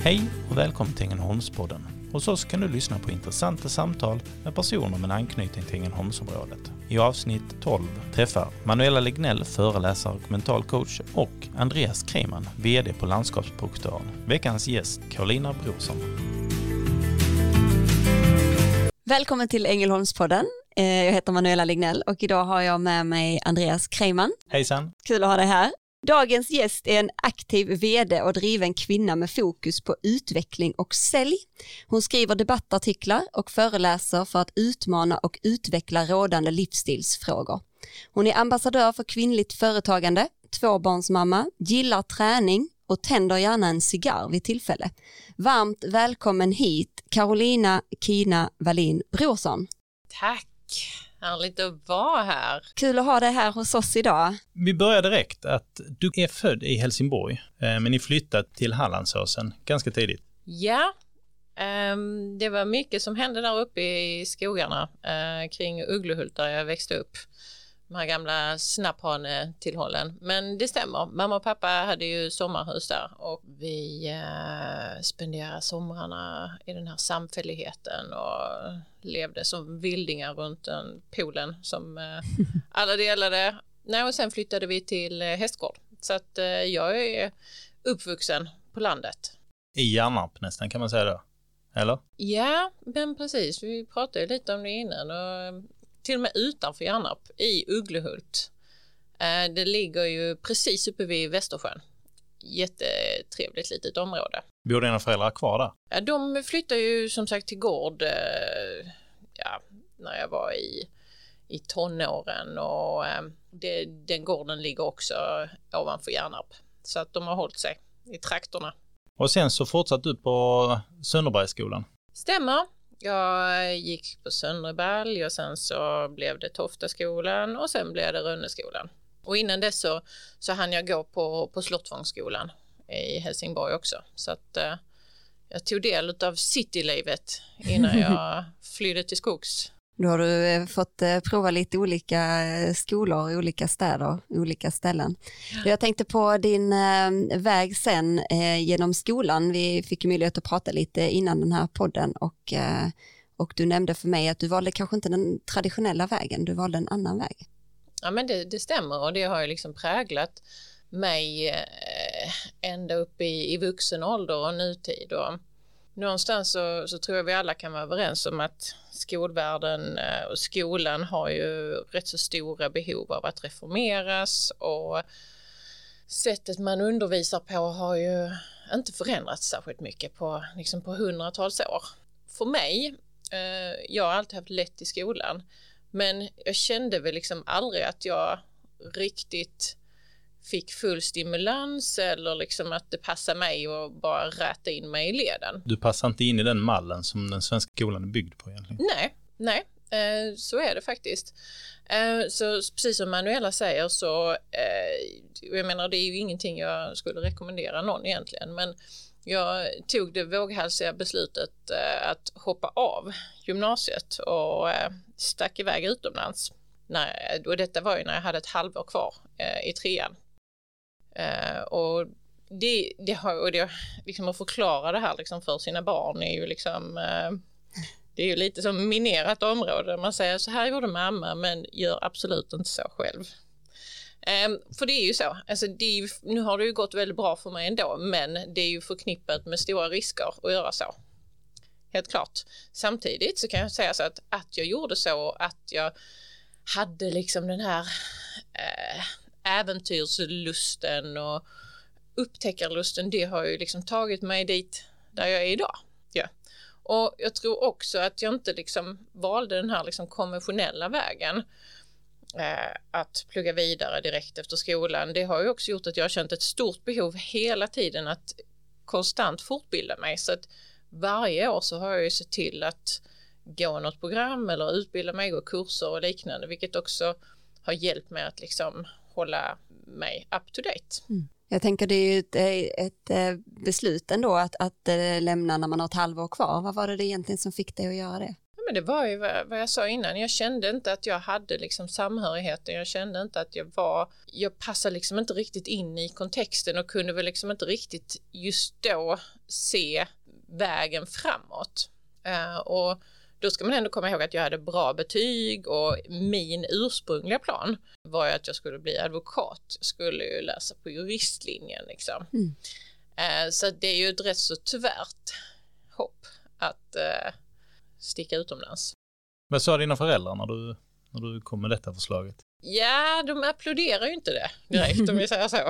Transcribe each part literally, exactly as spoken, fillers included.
Hej och välkommen till Ängelholmspodden. Hos oss kan du lyssna på intressanta samtal med personer med anknytning till Ängelholmsområdet. I avsnitt tolv träffar Manuela Lignell, föreläsare och mental coach, och Andreas Kreiman, vd på Landskapsprojektören. Veckans gäst, Carolina Brorsson. Välkommen till Ängelholmspodden. Jag heter Manuela Lignell och idag har jag med mig Andreas Kreiman. Hejsan. Kul att ha dig här. Dagens gäst är en aktiv vd och driven kvinna med fokus på utveckling och sälj. Hon skriver debattartiklar och föreläser för att utmana och utveckla rådande livsstilsfrågor. Hon är ambassadör för kvinnligt företagande, tvåbarnsmamma, gillar träning och tänder gärna en cigarr vid tillfälle. Varmt välkommen hit, Carolina Kina Wallin Brorsson. Tack, härligt att vara här. Kul att ha dig här hos oss idag. Vi börjar direkt att du är född i Helsingborg, men ni flyttade till Hallandsåsen ganska tidigt. Ja, um, det var mycket som hände där uppe i skogarna uh, kring Ugglohult där jag växte upp. De här gamla snapphanetillhållen. Men det stämmer, mamma och pappa hade ju sommarhus där och vi uh, spenderade somrarna i den här samfälligheten och levde som vildingar runt den poolen som uh, alla delade. Nej, och sen flyttade vi till uh, Hästgård. Så att uh, jag är uppvuxen på landet. I Hjärnarp nästan, kan man säga då? Eller? Ja, men precis. Vi pratade lite om det innan och till och med utanför Hjärnarp i Ugglohult. Eh, det ligger ju precis uppe vid Västersjön. Jättetrevligt litet område. Bor dina föräldrar kvar där? Ja, de flyttade ju som sagt till gård eh, ja, när jag var i, i tonåren. Och eh, det, den gården ligger också ovanför Hjärnarp. Så att de har hållit sig i traktorna. Och sen så fortsatte du på Sönderbergsskolan? Stämmer. Jag gick på Sönderberg och sen så blev det Toftaskolan och sen blev det Rönneskolan. Och innan dess så, så hann jag gå på, på Slottsvångsskolan i Helsingborg också. Så att eh, jag tog del av citylivet innan jag flydde till skogs. Då har du fått prova lite olika skolor i olika städer, olika ställen. Ja. Jag tänkte på din väg sen genom skolan. Vi fick ju möjlighet att prata lite innan den här podden och, och du nämnde för mig att du valde kanske inte den traditionella vägen, du valde en annan väg. Ja, men det, det stämmer och det har ju liksom präglat mig ända upp i, i vuxen ålder och nutid. Och någonstans så, så tror jag vi alla kan vara överens om att skolvärlden och skolan har ju rätt så stora behov av att reformeras och sättet man undervisar på har ju inte förändrats särskilt mycket på, liksom på hundratals år. För mig, eh, jag har alltid haft lätt i skolan, men jag kände väl liksom aldrig att jag riktigt fick full stimulans eller liksom att det passar mig och bara räta in mig i leden. Du passar inte in i den mallen som den svenska skolan är byggd på egentligen? Nej, nej. Eh, så är det faktiskt. Eh, så precis som Manuela säger så, eh, jag menar det är ju ingenting jag skulle rekommendera någon egentligen, men jag tog det våghalsiga beslutet eh, att hoppa av gymnasiet och eh, stack iväg utomlands. Nej, och detta var ju när jag hade ett halvår kvar eh, i trean. Uh, och det, det har och det, liksom att förklara det här liksom för sina barn är ju liksom uh, det är ju lite som minerat område. Man säger så här gjorde mamma, men gör absolut inte så själv. Um, för det är ju så, alltså det är ju, nu har det ju gått väldigt bra för mig ändå, men det är ju förknippat med stora risker att göra så. Helt klart. Samtidigt så kan jag säga så att, att jag gjorde så, att jag hade liksom den här uh, äventyrslusten och upptäckarlusten, det har ju liksom tagit mig dit där jag är idag. Ja. Och jag tror också att jag inte liksom valde den här liksom konventionella vägen eh, att plugga vidare direkt efter skolan. Det har ju också gjort att jag har känt ett stort behov hela tiden att konstant fortbilda mig. Så att varje år så har jag ju sett till att gå något program eller utbilda mig, gå kurser och liknande, vilket också har hjälpt mig att liksom hålla mig up to date. Mm. Jag tänker det är ju ett, ett beslut ändå att, att lämna när man har ett halvår kvar. Vad var det egentligen som fick dig att göra det? men det var ju vad jag sa innan. Jag kände inte att jag hade liksom samhörigheten. Jag kände inte att jag var... Jag passade liksom inte riktigt in i kontexten och kunde väl liksom inte riktigt just då se vägen framåt. Uh, och då ska man ändå komma ihåg att jag hade bra betyg och min ursprungliga plan var ju att jag skulle bli advokat. Jag skulle ju läsa på juristlinjen liksom. Mm. Uh, så det är ju ett rätt så tvärt hopp att uh, sticka utomlands. Vad sa dina föräldrar när du, när du kom med detta förslaget? Ja, de applåderar ju inte det direkt om vi säger så.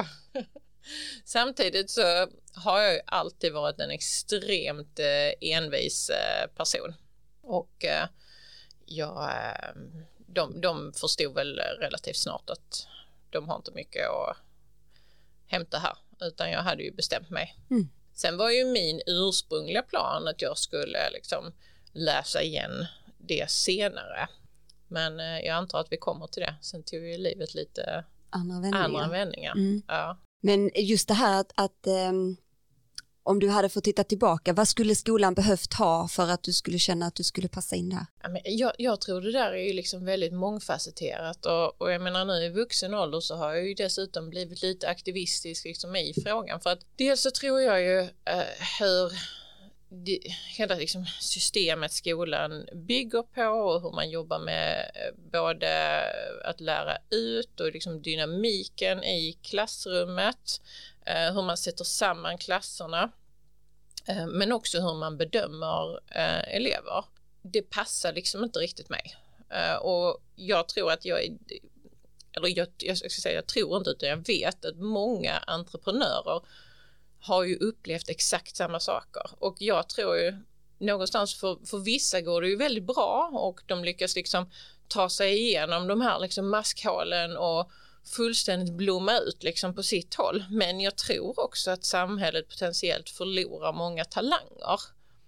Samtidigt så har jag ju alltid varit en extremt eh, envis eh, person. Och eh, jag, eh, de, de förstod väl relativt snart att de har inte mycket att hämta här. Utan jag hade ju bestämt mig. Mm. Sen var ju min ursprungliga plan att jag skulle liksom läsa igen det senare. Men eh, jag antar att vi kommer till det. Sen tog ju livet lite andra vändningar. Andra vändningar. Mm. Ja. Men just det här att, att um, om du hade fått titta tillbaka, vad skulle skolan behövt ha för att du skulle känna att du skulle passa in där? Ja, men jag, jag tror det där är ju liksom väldigt mångfacetterat och, och jag menar nu i vuxen ålder så har jag ju dessutom blivit lite aktivistisk liksom i frågan. För att dels så tror jag ju uh, hur det, hela liksom systemet skolan bygger på och hur man jobbar med både att lära ut och liksom dynamiken i klassrummet, eh, hur man sätter samman klasserna, eh, men också hur man bedömer eh, elever. Det passar liksom inte riktigt mig. Eh, och jag tror att jag eller jag, jag ska säga jag tror inte utan jag vet att många entreprenörer har ju upplevt exakt samma saker. Och jag tror ju någonstans för, för vissa går det ju väldigt bra och de lyckas liksom ta sig igenom de här liksom maskhålen och fullständigt blomma ut liksom på sitt håll. Men jag tror också att samhället potentiellt förlorar många talanger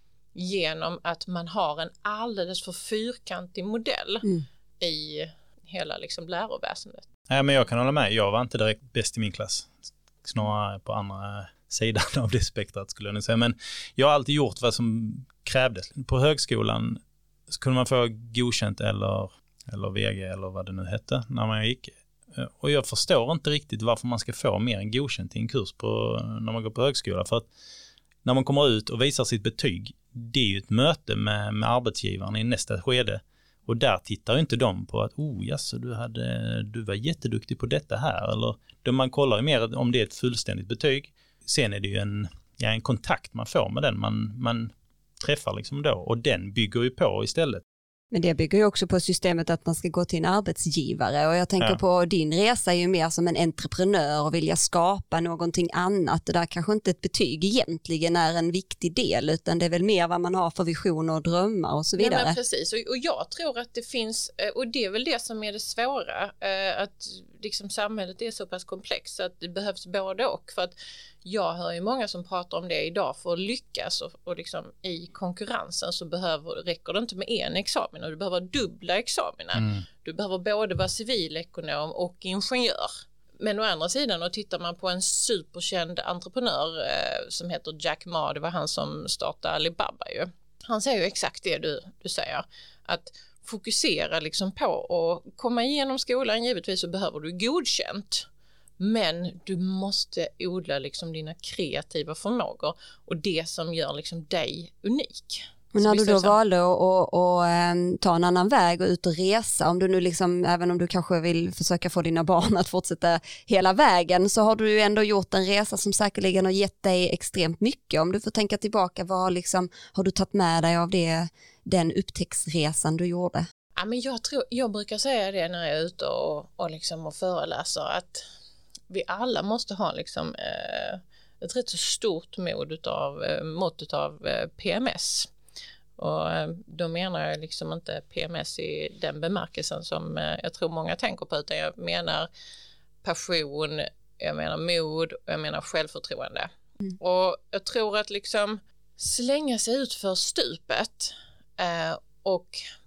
genom att man har en alldeles för fyrkantig modell mm. i hela liksom läroväsendet. Nej, men jag kan hålla med. Jag var inte direkt bäst i min klass. Snarare på andra sidan av det spektrat skulle jag nu säga. Men jag har alltid gjort vad som krävdes. På högskolan så kunde man få godkänt eller, eller V G eller vad det nu hette när man gick. Och jag förstår inte riktigt varför man ska få mer än godkänt i en kurs på, när man går på högskola. För att när man kommer ut och visar sitt betyg, det är ju ett möte med, med arbetsgivaren i nästa skede. Och där tittar inte de på att oh, jaså, du, hade, du var jätteduktig på detta här. Eller då man kollar ju mer om det är ett fullständigt betyg. Sen är det ju en, ja, en kontakt man får med den man, man träffar liksom då. Och den bygger ju på istället. Men det bygger ju också på systemet att man ska gå till en arbetsgivare och jag tänker ja. på din resa är ju mer som en entreprenör och vilja skapa någonting annat. Det där kanske inte ett betyg egentligen är en viktig del utan det är väl mer vad man har för visioner och drömmar och så vidare. Nej, men precis och, och jag tror att det finns och det är väl det som är det svåra att liksom samhället är så pass komplext att det behövs både och för att jag hör ju många som pratar om det idag för att lyckas och, och liksom i konkurrensen så behöver, räcker det inte med en examen och du behöver dubbla examina. Mm. Du behöver både vara civilekonom och ingenjör. Men å andra sidan och tittar man på en superkänd entreprenör eh, som heter Jack Ma, det var han som startade Alibaba ju. Han säger ju exakt det du, du säger. Att fokusera liksom på att komma igenom skolan, givetvis så behöver du godkänt. Men du måste odla liksom dina kreativa förmågor och det som gör liksom dig unik. Men när du då valde att, att, att, att ta en annan väg och ut och resa, om du nu liksom, även om du kanske vill försöka få dina barn att fortsätta hela vägen så har du ju ändå gjort en resa som säkerligen har gett dig extremt mycket. Om du får tänka tillbaka, vad liksom, har du tagit med dig av det, den upptäcktsresan du gjorde? Ja, men jag, tror, jag brukar säga det när jag är ute och, och, liksom och föreläser att vi alla måste ha liksom, eh, ett rätt så stort mod utav, eh, mått av eh, P M S. Och eh, då menar jag liksom inte P M S i den bemärkelsen som eh, jag tror många tänker på utan jag menar passion, jag menar mod och jag menar självförtroende. Mm. Och jag tror att liksom slänga sig ut för stupet eh, och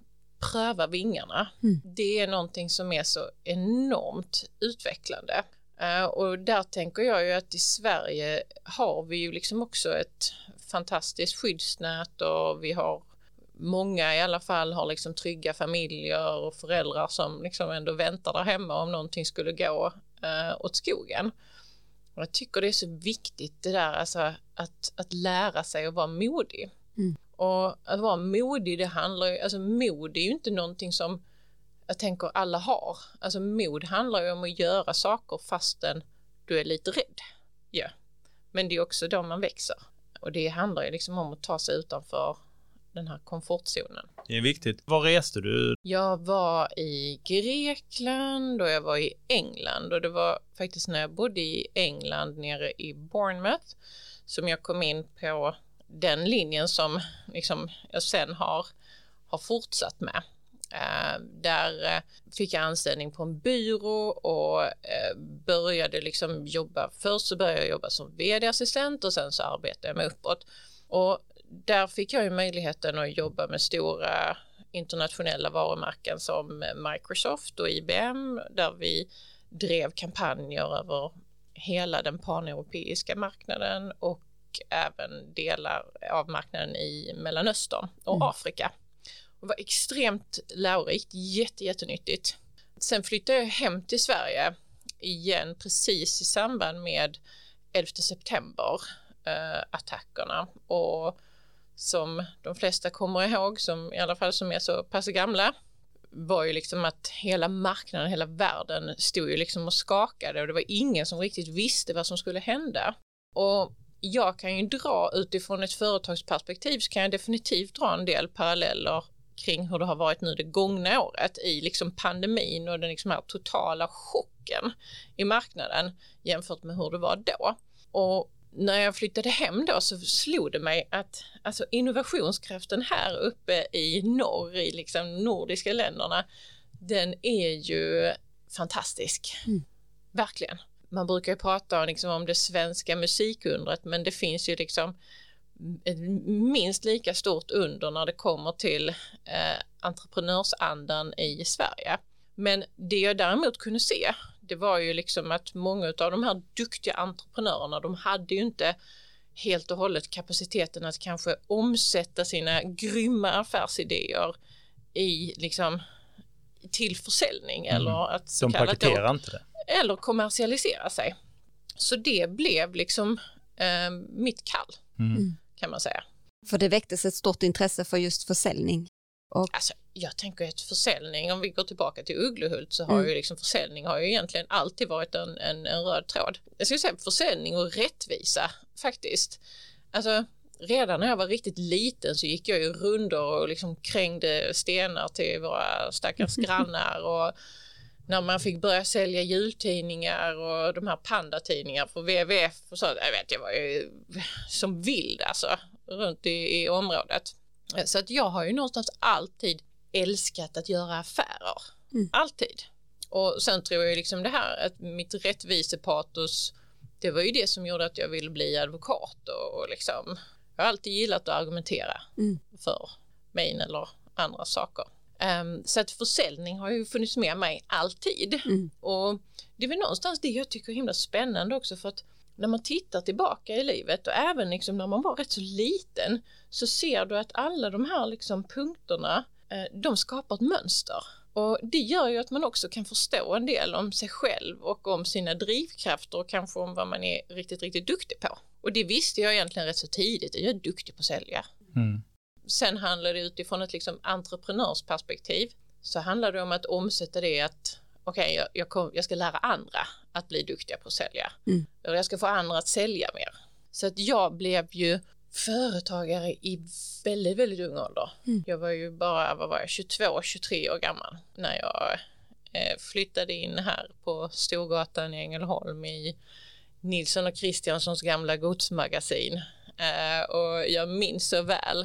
pröva vingarna, mm. det är någonting som är så enormt utvecklande. Uh, och där tänker jag ju att i Sverige har vi ju liksom också ett fantastiskt skyddsnät och vi har många i alla fall har liksom trygga familjer och föräldrar som liksom ändå väntar där hemma om någonting skulle gå eh, åt skogen. Och jag tycker det är så viktigt det där, alltså, att, att lära sig att vara modig. Mm. Och att vara modig, det handlar ju, alltså mod är ju inte någonting som jag tänker alla har. Alltså mod handlar ju om att göra saker fastän du är lite rädd. Ja. Men det är också då man växer. Och det handlar ju liksom om att ta sig utanför den här komfortzonen. Det är viktigt. Var reste du? Jag var i Grekland och jag var i England. Och det var faktiskt när jag bodde i England nere i Bournemouth som jag kom in på den linjen som liksom jag sen har, har fortsatt med. Uh, där uh, fick jag anställning på en byrå och uh, började liksom jobba. Först så började jag jobba som vd-assistent och sen så arbetade jag mig uppåt. Och där fick jag ju möjligheten att jobba med stora internationella varumärken som Microsoft och I B M, där vi drev kampanjer över hela den paneuropeiska marknaden och även delar av marknaden i Mellanöstern och mm. Afrika. Det var extremt lärorikt, jätte, jättenyttigt. Sen flyttade jag hem till Sverige igen precis i samband med elfte september eh, attackerna. Och som de flesta kommer ihåg, som i alla fall som är så pass gamla, var ju liksom att hela marknaden, hela världen stod ju liksom och skakade och det var ingen som riktigt visste vad som skulle hända. Och jag kan ju dra utifrån ett företagsperspektiv, så kan jag definitivt dra en del paralleller kring hur det har varit nu det gångna året i liksom pandemin och den liksom här totala chocken i marknaden jämfört med hur det var då. Och när jag flyttade hem då så slog det mig att alltså innovationskraften här uppe i norr, i liksom nordiska länderna, den är ju fantastisk. Mm. Verkligen. Man brukar ju prata liksom om det svenska musikundret, men det finns ju liksom ett minst lika stort under när det kommer till eh, entreprenörsandan i Sverige. Men det jag däremot kunde se, det var ju liksom att många av de här duktiga entreprenörerna, de hade ju inte helt och hållet kapaciteten att kanske omsätta sina grymma affärsidéer i liksom till försäljning mm. eller att så de paketerar inte det. Eller kommersialisera sig. Så det blev liksom eh, mitt kall mm. kan man säga. För det väcktes ett stort intresse för just försäljning. Och... Alltså, jag tänker att försäljning, om vi går tillbaka till Ugglehult, så har mm. ju liksom försäljning har ju egentligen alltid varit en, en, en röd tråd. Jag skulle säga försäljning och rättvisa faktiskt. Alltså redan när jag var riktigt liten så gick jag ju rundor och liksom krängde stenar till våra stackars grannar och när man fick börja sälja jultidningar och de här pandatidningar för W W F och så, jag vet, jag var ju som vild alltså runt i, i området. Så att jag har ju någonstans alltid älskat att göra affärer. Mm. Alltid. Och sen tror jag liksom det här att mitt rättvisepatos, det var ju det som gjorde att jag ville bli advokat och, och liksom, jag har alltid gillat att argumentera mm. för mig eller andra saker. Um, så att försäljning har ju funnits med mig alltid. Mm. Och det är väl någonstans det jag tycker är himla spännande också, för att när man tittar tillbaka i livet och även liksom när man var rätt så liten, så ser du att alla de här liksom punkterna, eh, de skapar ett mönster. Och det gör ju att man också kan förstå en del om sig själv och om sina drivkrafter och kanske om vad man är riktigt, riktigt duktig på. Och det visste jag egentligen rätt så tidigt, jag är duktig på att sälja. Mm. Sen handlar det utifrån ett liksom entreprenörsperspektiv, så handlar det om att omsätta det att okej, okay, jag, jag, kom, jag ska lära andra att bli duktiga på att sälja. Mm. Och jag ska få andra att sälja mer. Så att jag blev ju företagare i väldigt, väldigt ung ålder. Mm. Jag var ju bara, vad var jag, tjugotvå tjugotre år gammal när jag eh, flyttade in här på Storgatan i Ängelholm i Nilsson och Kristianssons gamla godsmagasin. Eh, och jag minns så väl.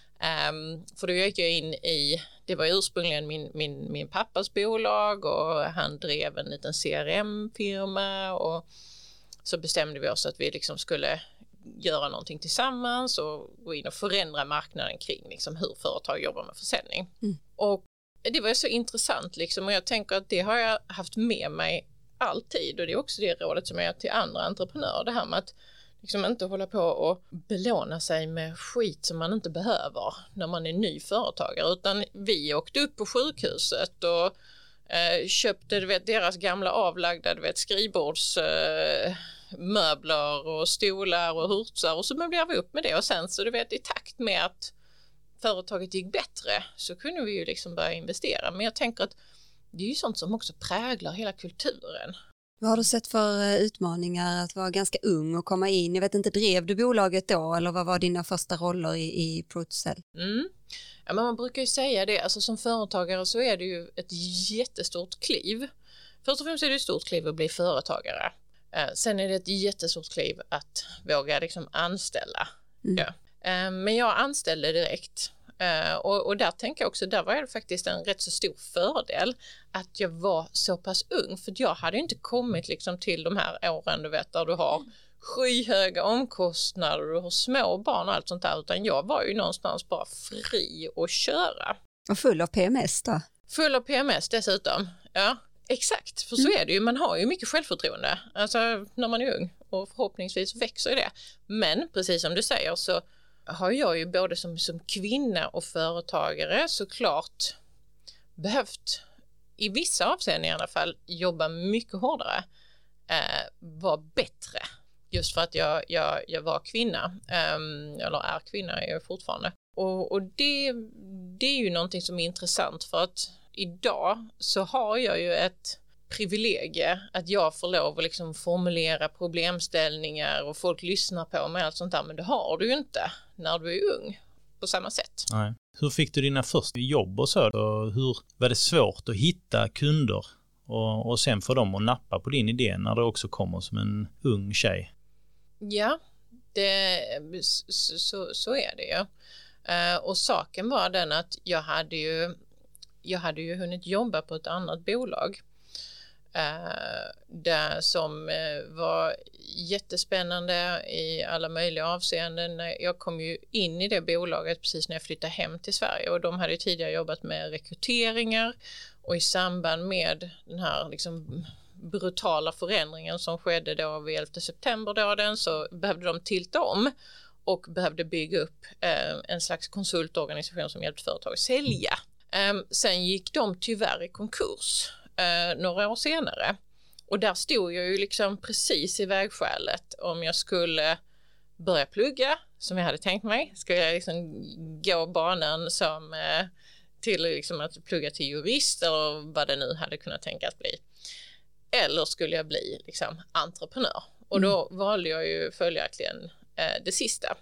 Um, för då gick jag in i, det var ursprungligen min, min, min pappas bolag och han drev en liten C R M-firma och så bestämde vi oss att vi liksom skulle göra någonting tillsammans och gå in och förändra marknaden kring liksom hur företag jobbar med försäljning. Mm. Och det var så intressant liksom, och jag tänker att det har jag haft med mig alltid, och det är också det rådet som jag har till andra entreprenörer, det här med att liksom inte hålla på och belåna sig med skit som man inte behöver när man är ny företagare, utan vi åkte upp på sjukhuset och eh, köpte, du vet, deras gamla avlagda, du vet, skrivbords eh, möbler och stolar och hurtsar, och så möblerade vi upp med det, och sen så, du vet, i takt med att företaget gick bättre så kunde vi ju liksom börja investera. Men jag tänker att det är ju sånt som också präglar hela kulturen. Vad har du sett för utmaningar att vara ganska ung och komma in? Jag vet inte, drev du bolaget då, eller vad var dina första roller i, i ProtoCell? Mm. Ja, men man brukar ju säga det, alltså som företagare så är det ju ett jättestort kliv. Först och främst är det ett stort kliv att bli företagare. Eh, sen är det ett jättestort kliv att våga liksom anställa. Mm. Ja. Eh, men jag anställde direkt. Uh, och, och där tänker jag också, där var det faktiskt en rätt så stor fördel att jag var så pass ung, för jag hade inte kommit liksom till de här åren, du vet, där du har skyhöga omkostnader, du har små barn och allt sånt där, utan jag var ju någonstans bara fri att köra. Och full av P M S då? Full av P M S dessutom, ja, exakt, för så är det ju, man har ju mycket självförtroende, alltså när man är ung, och förhoppningsvis växer det. Men precis som du säger så har jag ju både som, som kvinna och företagare såklart behövt, i vissa avseenden i alla fall, jobba mycket hårdare, eh, vara bättre, just för att jag, jag, jag var kvinna, eh, eller är kvinna är jag fortfarande. Och, och det, det är ju någonting som är intressant, för att idag så har jag ju ett privilegie att jag får lov att liksom formulera problemställningar och folk lyssnar på mig och allt sånt där, men det har du ju inte när du är ung på samma sätt. Nej. Hur fick du dina första jobb och så? Och hur var det svårt att hitta kunder och, och sen få dem att nappa på din idé när du också kommer som en ung tjej? Ja, det, så, så, så är det ju. Uh, och saken var den att jag hade ju, jag hade ju hunnit jobba på ett annat bolag. Uh, där som uh, var jättespännande i alla möjliga avseenden. Jag kom ju in i det bolaget precis när jag flyttade hem till Sverige, och de hade tidigare jobbat med rekryteringar, och i samband med den här liksom brutala förändringen som skedde då vid elfte september då den, så behövde de tilta om och behövde bygga upp uh, en slags konsultorganisation som hjälpte företag att sälja. Um, sen gick de tyvärr i konkurs Uh, några år senare, och där stod jag ju liksom precis i vägskälet om jag skulle börja plugga som jag hade tänkt mig. Skulle jag liksom gå banan som uh, till liksom att plugga till jurist eller vad det nu hade kunnat tänkas bli, eller skulle jag bli liksom entreprenör, och då mm. valde jag ju följaktligen uh, det sista.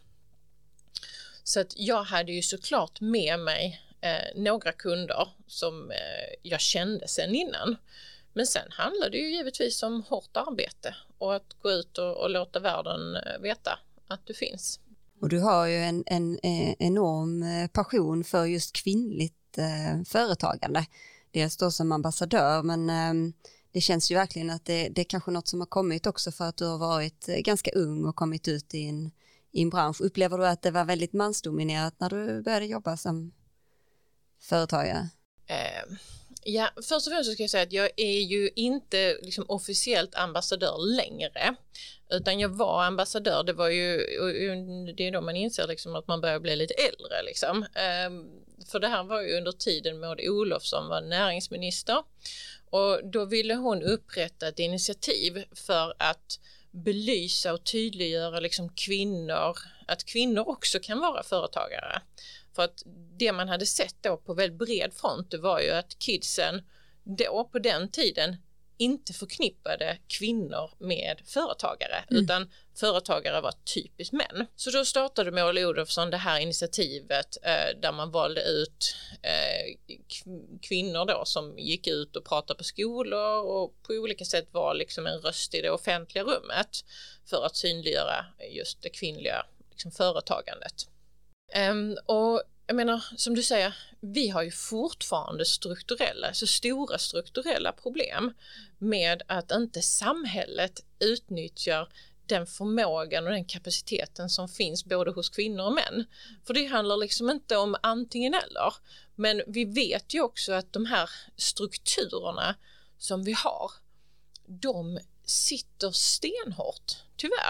Så att jag hade ju såklart med mig Eh, några kunder som eh, jag kände sedan innan. Men sen handlar det ju givetvis om hårt arbete och att gå ut och, och låta världen eh, veta att du finns. Och du har ju en, en, en enorm passion för just kvinnligt eh, företagande. Dels då som ambassadör, men eh, det känns ju verkligen att det, det är kanske något som har kommit också för att du har varit ganska ung och kommit ut i en, i en bransch. Upplever du att det var väldigt mansdominerat när du började jobba som företagare? Eh, ja, först och främst så ska jag säga att jag är ju inte liksom officiellt ambassadör längre, utan jag var ambassadör. Det var ju, det är då man inser liksom att man börjar bli lite äldre liksom. Eh, för det här var ju under tiden Maud Olofsson var näringsminister, och då ville hon upprätta ett initiativ för att belysa och tydliggöra liksom kvinnor, att kvinnor också kan vara företagare. För att det man hade sett då på väldigt bred front, det var ju att kidsen då på den tiden inte förknippade kvinnor med företagare, mm. utan företagare var typiskt män. Så då startade Maud Olofsson det här initiativet eh, där man valde ut eh, kvinnor då som gick ut och pratade på skolor och på olika sätt var liksom en röst i det offentliga rummet för att synliggöra just det kvinnliga liksom, företagandet. Um, och jag menar, som du säger, vi har ju fortfarande strukturella, så stora strukturella problem med att inte samhället utnyttjar den förmågan och den kapaciteten som finns både hos kvinnor och män. För det handlar liksom inte om antingen eller, men vi vet ju också att de här strukturerna som vi har, de sitter stenhårt, tyvärr.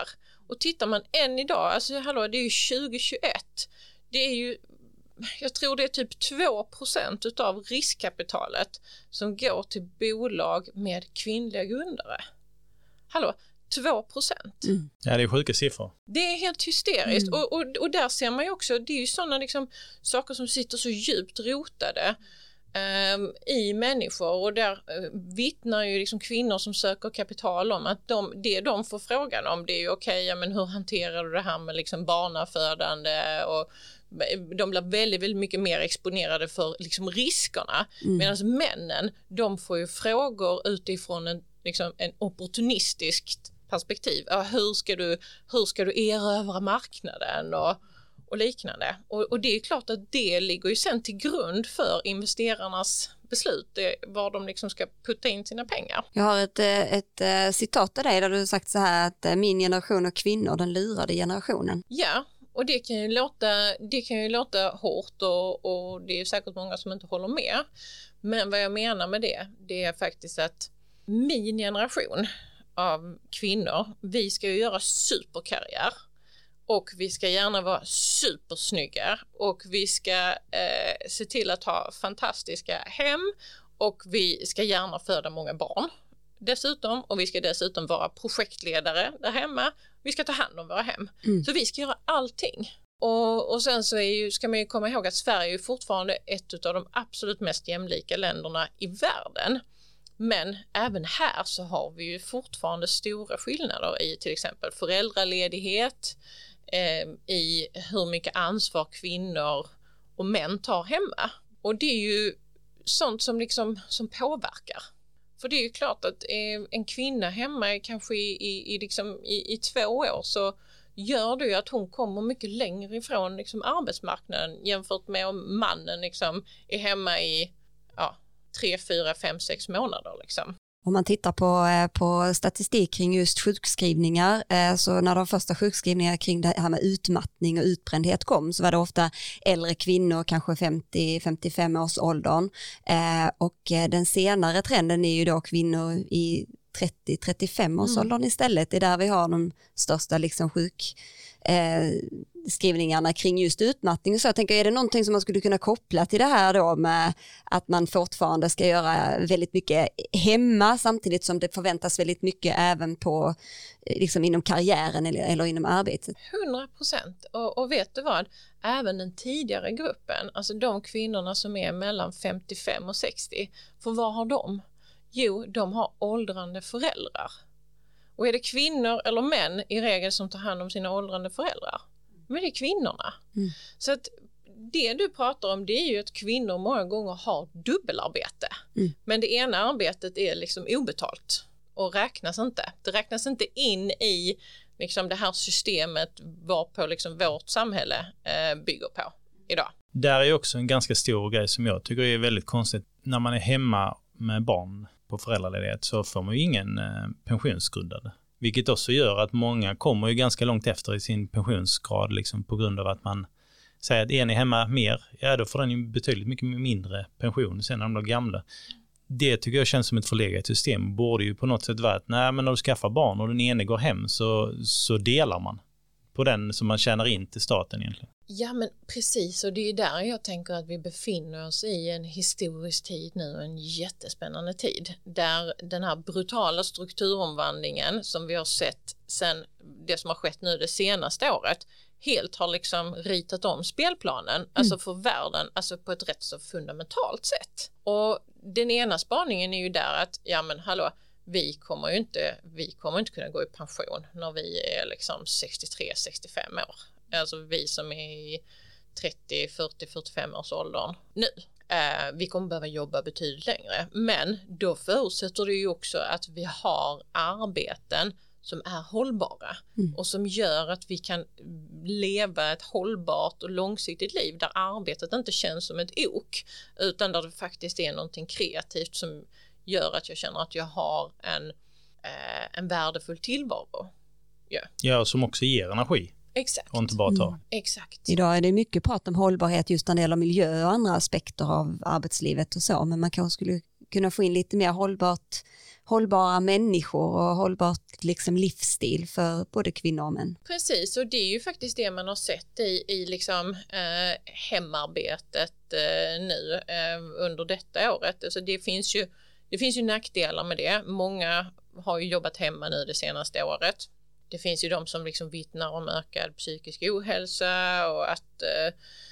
Och tittar man än idag, alltså hallå, det är ju tjugohundratjugoett, det är ju, jag tror det är typ två procent utav riskkapitalet som går till bolag med kvinnliga grundare. Hallå, två procent. Mm. Ja, det är sjuka siffror. Det är helt hysteriskt. Mm. Och, och, och där ser man ju också, det är ju sådana liksom saker som sitter så djupt rotade um, i människor. Och där uh, vittnar ju liksom kvinnor som söker kapital om att de, det de får frågan om, det är ju okej, okay, ja, men hur hanterar du det här med liksom barnafödande, och de blir väldigt, väldigt mycket mer exponerade för liksom riskerna. Mm. Medan männen, de får ju frågor utifrån en, liksom, en opportunistisk perspektiv. Ja, hur ska du, hur ska du erövra marknaden och, och liknande. Och, och det är klart att det ligger ju sen till grund för investerarnas beslut, det, var de liksom ska putta in sina pengar. Jag har ett, ett, ett citat av dig där du har sagt så här att min generation av kvinnor, den lurade generationen. Ja, och det kan ju låta, det kan ju låta hårt och, och det är säkert många som inte håller med. Men vad jag menar med det, det är faktiskt att min generation av kvinnor, vi ska ju göra superkarriär och vi ska gärna vara supersnygga och vi ska eh, se till att ha fantastiska hem och vi ska gärna föda många barn dessutom, och vi ska dessutom vara projektledare där hemma. Vi ska ta hand om våra hem. Mm. Så vi ska göra allting. Och, och sen så är ju, ska man ju komma ihåg att Sverige är fortfarande ett av de absolut mest jämlika länderna i världen. Men även här så har vi ju fortfarande stora skillnader i till exempel föräldraledighet, eh, i hur mycket ansvar kvinnor och män tar hemma. Och det är ju sånt som, liksom, som påverkar. För det är ju klart att eh, en kvinna hemma kanske i, i, i, liksom, i, i två år så gör det ju att hon kommer mycket längre ifrån liksom, arbetsmarknaden jämfört med om mannen liksom, är hemma i ja, tre, fyra, fem, sex månader. Liksom. Om man tittar på, på statistik kring just sjukskrivningar, så när de första sjukskrivningarna kring det här med utmattning och utbrändhet kom så var det ofta äldre kvinnor, kanske femtio till femtiofem års åldern, och den senare trenden är ju då kvinnor i trettio till trettiofem års åldern mm. istället. Det är där vi har de största liksom sjuk eh, skrivningarna kring just utmattning. Så jag tänker, är det någonting som man skulle kunna koppla till det här då med att man fortfarande ska göra väldigt mycket hemma samtidigt som det förväntas väldigt mycket även på liksom inom karriären eller, eller inom arbetet? hundra procent. Och, och vet du vad? Även den tidigare gruppen, alltså de kvinnorna som är mellan femtiofem och sextio, för vad har de? Jo, de har åldrande föräldrar. Och är det kvinnor eller män i regel som tar hand om sina åldrande föräldrar? Men det är kvinnorna. Mm. Så att det du pratar om, det är ju att kvinnor många gånger har dubbelarbete. Mm. Men det ena arbetet är liksom obetalt och räknas inte. Det räknas inte in i liksom det här systemet varpå liksom vårt samhälle eh, bygger på idag. Där är också en ganska stor grej som jag tycker är väldigt konstigt. När man är hemma med barn på föräldraledighet så får man ju ingen eh, pensionsgrundande. Vilket också gör att många kommer ju ganska långt efter i sin pensionsgrad liksom, på grund av att man säger att är ni hemma mer, ja då får den ju betydligt mycket mindre pension sen när de blir gamla. Det tycker jag känns som ett förlegat system. Borde ju på något sätt vara att nej, men när du skaffar barn och den ene går hem så, så delar man på den som man tjänar in till staten egentligen. Ja men precis, och det är där jag tänker att vi befinner oss i en historisk tid nu, en jättespännande tid där den här brutala strukturomvandlingen som vi har sett sen det som har skett nu det senaste året helt har liksom ritat om spelplanen, mm. alltså för världen, alltså på ett rätt så fundamentalt sätt. Och den ena spaningen är ju där att, ja men hallå, vi kommer ju inte, vi kommer inte kunna gå i pension när vi är liksom sextiotre till sextiofem år. Alltså vi som är i trettio, fyrtio, fyrtiofem års åldern nu. Eh, vi kommer behöva jobba betydligt längre. Men då förutsätter det ju också att vi har arbeten som är hållbara. Mm. Och som gör att vi kan leva ett hållbart och långsiktigt liv där arbetet inte känns som ett ok. Utan där det faktiskt är någonting kreativt som gör att jag känner att jag har en, eh, en värdefull tillvaro. Ja. ja, som också ger energi. Exakt. Och inte bara ta. Mm. Exakt. Idag är det mycket prat om hållbarhet just när det gäller miljö och andra aspekter av arbetslivet och så. Men man kanske skulle kunna få in lite mer hållbart, hållbara människor och hållbart liksom livsstil för både kvinnor och män. Precis, och det är ju faktiskt det man har sett i, i liksom, eh, hemarbetet eh, nu eh, under detta året. Alltså det finns ju Det finns ju nackdelar med det. Många har ju jobbat hemma nu det senaste året. Det finns ju de som liksom vittnar om ökad psykisk ohälsa och att eh,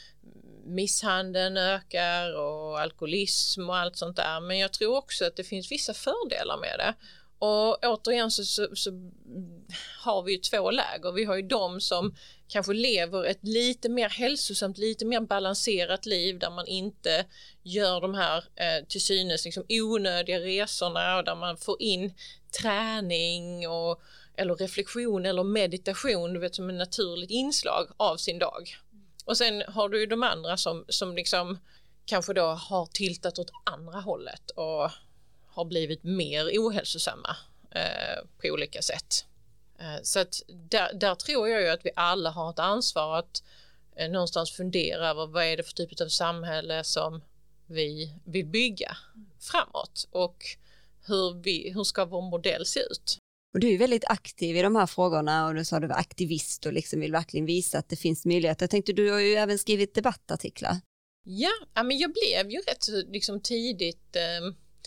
misshandeln ökar och alkoholism och allt sånt där. Men jag tror också att det finns vissa fördelar med det. Och återigen så, så, så har vi ju två läger. Vi har ju de som kanske lever ett lite mer hälsosamt, lite mer balanserat liv där man inte gör de här eh, till synes liksom onödiga resorna och där man får in träning och, eller reflektion eller meditation, du vet, som ett naturligt inslag av sin dag. Och sen har du ju de andra som, som liksom kanske då har tiltat åt andra hållet och har blivit mer ohälsosamma eh, på olika sätt. Eh, så att där, där tror jag ju att vi alla har ett ansvar att eh, någonstans fundera över vad är det för typ av samhälle som vi vill bygga framåt och hur, vi, hur ska vår modell se ut. Och du är väldigt aktiv i de här frågorna och du sa att du var aktivist och liksom vill verkligen visa att det finns möjligheter. Jag tänkte, du har ju även skrivit debattartiklar. Ja, men jag blev ju rätt liksom, tidigt eh,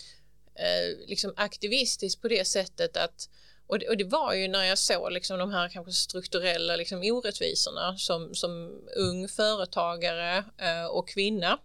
eh, liksom aktivistisk på det sättet att, och det, och det var ju när jag såg liksom, de här kanske strukturella liksom, orättvisorna som, som ung företagare eh, och kvinna.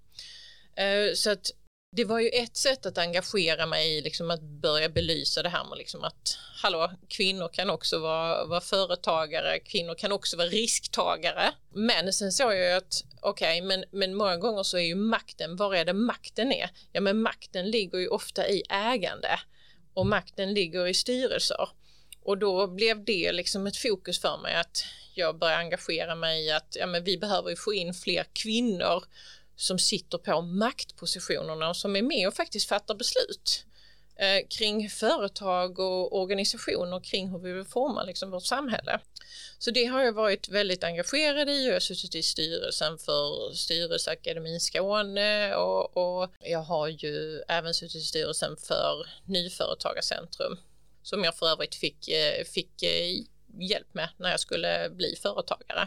Eh, så att det var ju ett sätt att engagera mig i liksom att börja belysa det här med liksom att hallå, kvinnor kan också vara, vara företagare, kvinnor kan också vara risktagare. Men sen såg jag att okej, okay, men, men många gånger så är ju makten, var är det makten är? Ja, men makten ligger ju ofta i ägande och makten ligger i styrelser. Och då blev det liksom ett fokus för mig att jag började engagera mig i att ja, men vi behöver ju få in fler kvinnor som sitter på maktpositionerna och som är med och faktiskt fattar beslut eh, kring företag och organisationer kring hur vi vill forma liksom, vårt samhälle. Så det har jag varit väldigt engagerad i och jag har suttit i styrelsen för Styrelseakademin Skåne och, och jag har ju även suttit i styrelsen för Nyföretagarcentrum som jag för övrigt fick, fick hjälp med när jag skulle bli företagare.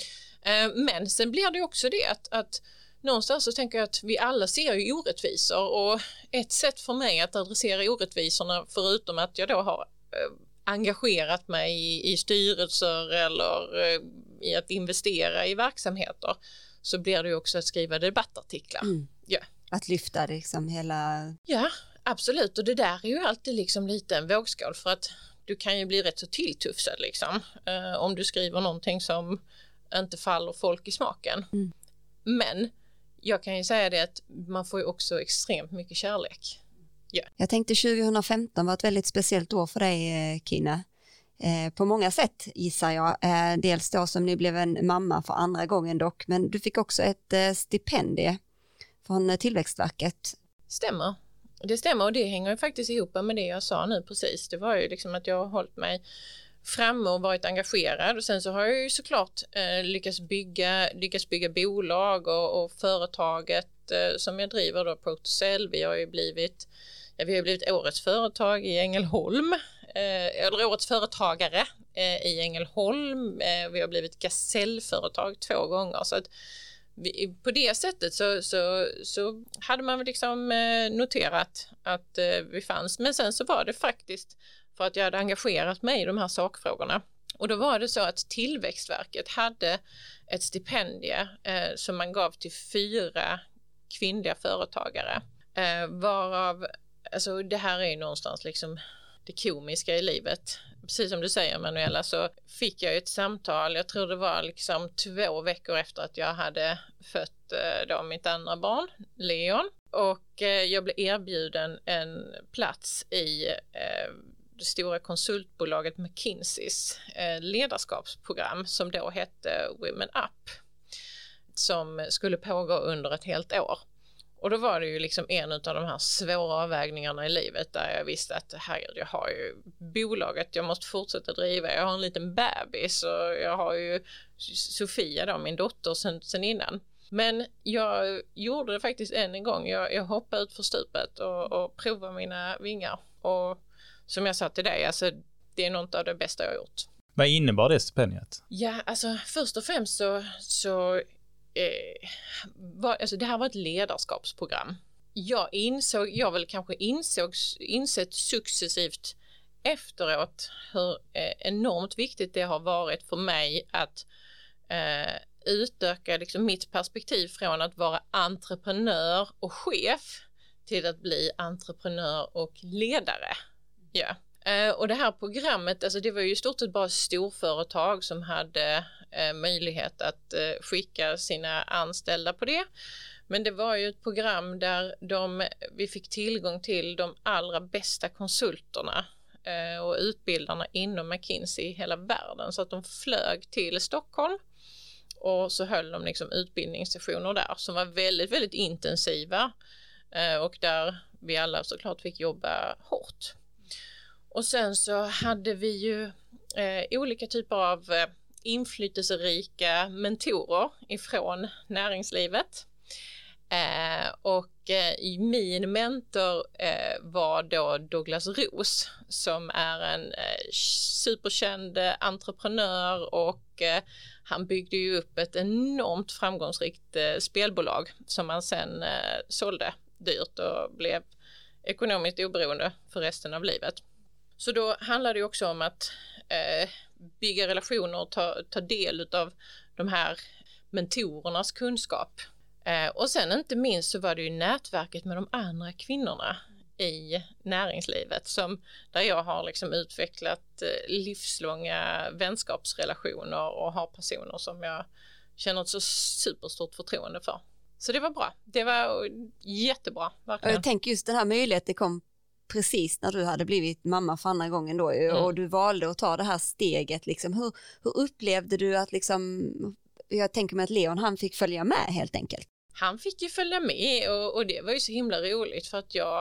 Eh, men sen blir det också det att, att någonstans så tänker jag att vi alla ser ju orättvisor och ett sätt för mig att adressera orättvisorna förutom att jag då har eh, engagerat mig i, i styrelser eller eh, i att investera i verksamheter så blir det ju också att skriva debattartiklar. Mm. Ja. Att lyfta liksom hela... Ja, absolut. Och det där är ju alltid liksom lite en vågskål för att du kan ju bli rätt så tilltufsad liksom eh, om du skriver någonting som inte faller folk i smaken. Mm. Men jag kan ju säga det att man får ju också extremt mycket kärlek. Yeah. Jag tänkte tjugo femton var ett väldigt speciellt år för dig, Kina. Eh, på många sätt gissar jag. Eh, dels då som ni blev en mamma för andra gången dock. Men du fick också ett eh, stipendie från Tillväxtverket. Stämmer. Det stämmer och det hänger ju faktiskt ihop med det jag sa nu precis. Det var ju liksom att jag har hållit mig framme och varit engagerad och sen så har jag ju såklart eh, lyckats, bygga, lyckats bygga bolag och, och företaget eh, som jag driver då, Protocell. Vi har ju blivit, ja, vi har blivit årets företag i Ängelholm eh, eller årets företagare eh, i Ängelholm. Eh, vi har blivit gasellföretag två gånger så att vi, på det sättet så, så, så hade man väl liksom eh, noterat att eh, vi fanns, men sen så var det faktiskt för att jag hade engagerat mig i de här sakfrågorna. Och då var det så att Tillväxtverket hade ett stipendie eh, som man gav till fyra kvinnliga företagare. Eh, varav, alltså det här är ju någonstans liksom det komiska i livet. Precis som du säger, Manuela, så fick jag ett samtal, jag tror det var liksom två veckor efter att jag hade fött eh, då mitt andra barn, Leon. Och eh, jag blev erbjuden en plats i eh, det stora konsultbolaget McKinseys eh, ledarskapsprogram som då hette Women Up som skulle pågå under ett helt år. Och då var det ju liksom en av de här svåra avvägningarna i livet där jag visste att herregud, jag har ju bolaget, jag måste fortsätta driva, jag har en liten bebis och jag har ju Sofia då, min dotter sen, sen innan. Men jag gjorde det faktiskt än en gång. Jag, jag hoppade ut för stupet och, och provade mina vingar. Och som jag sa till dig, alltså, det är något av det bästa jag har gjort. Vad innebar det stipendiet? Ja, alltså först och främst så, så eh, var, alltså, det här var ett ledarskapsprogram. Jag insåg, jag väl kanske insåg, insett successivt efteråt hur eh, enormt viktigt det har varit för mig att eh, utöka liksom mitt perspektiv från att vara entreprenör och chef till att bli entreprenör och ledare. Ja. Eh, och det här programmet, alltså det var ju i stort sett bara storföretag som hade eh, möjlighet att eh, skicka sina anställda på det. Men det var ju ett program där de, vi fick tillgång till de allra bästa konsulterna eh, och utbildarna inom McKinsey i hela världen. Så att de flög till Stockholm och så höll de liksom utbildningssessioner där som var väldigt, väldigt intensiva eh, och där vi alla såklart fick jobba hårt. Och sen så hade vi ju eh, olika typer av eh, inflytelserika mentorer ifrån näringslivet. Eh, och eh, min mentor eh, var då Douglas Ros som är en eh, superkänd entreprenör och eh, han byggde ju upp ett enormt framgångsrikt eh, spelbolag som han sen eh, sålde dyrt och blev ekonomiskt oberoende för resten av livet. Så då handlar det också om att eh, bygga relationer och ta, ta del av de här mentorernas kunskap. Eh, och sen inte minst så var det ju nätverket med de andra kvinnorna i näringslivet som, där jag har liksom utvecklat eh, livslånga vänskapsrelationer och har personer som jag känner ett så superstort förtroende för. Så det var bra. Det var jättebra. Verkligen. Jag tänker just den här möjligheten kom precis när du hade blivit mamma för andra gången då mm. och du valde att ta det här steget. Liksom. Hur, hur upplevde du att liksom, jag tänker mig att Leon han fick följa med helt enkelt? Han fick ju följa med och, och det var ju så himla roligt för att jag,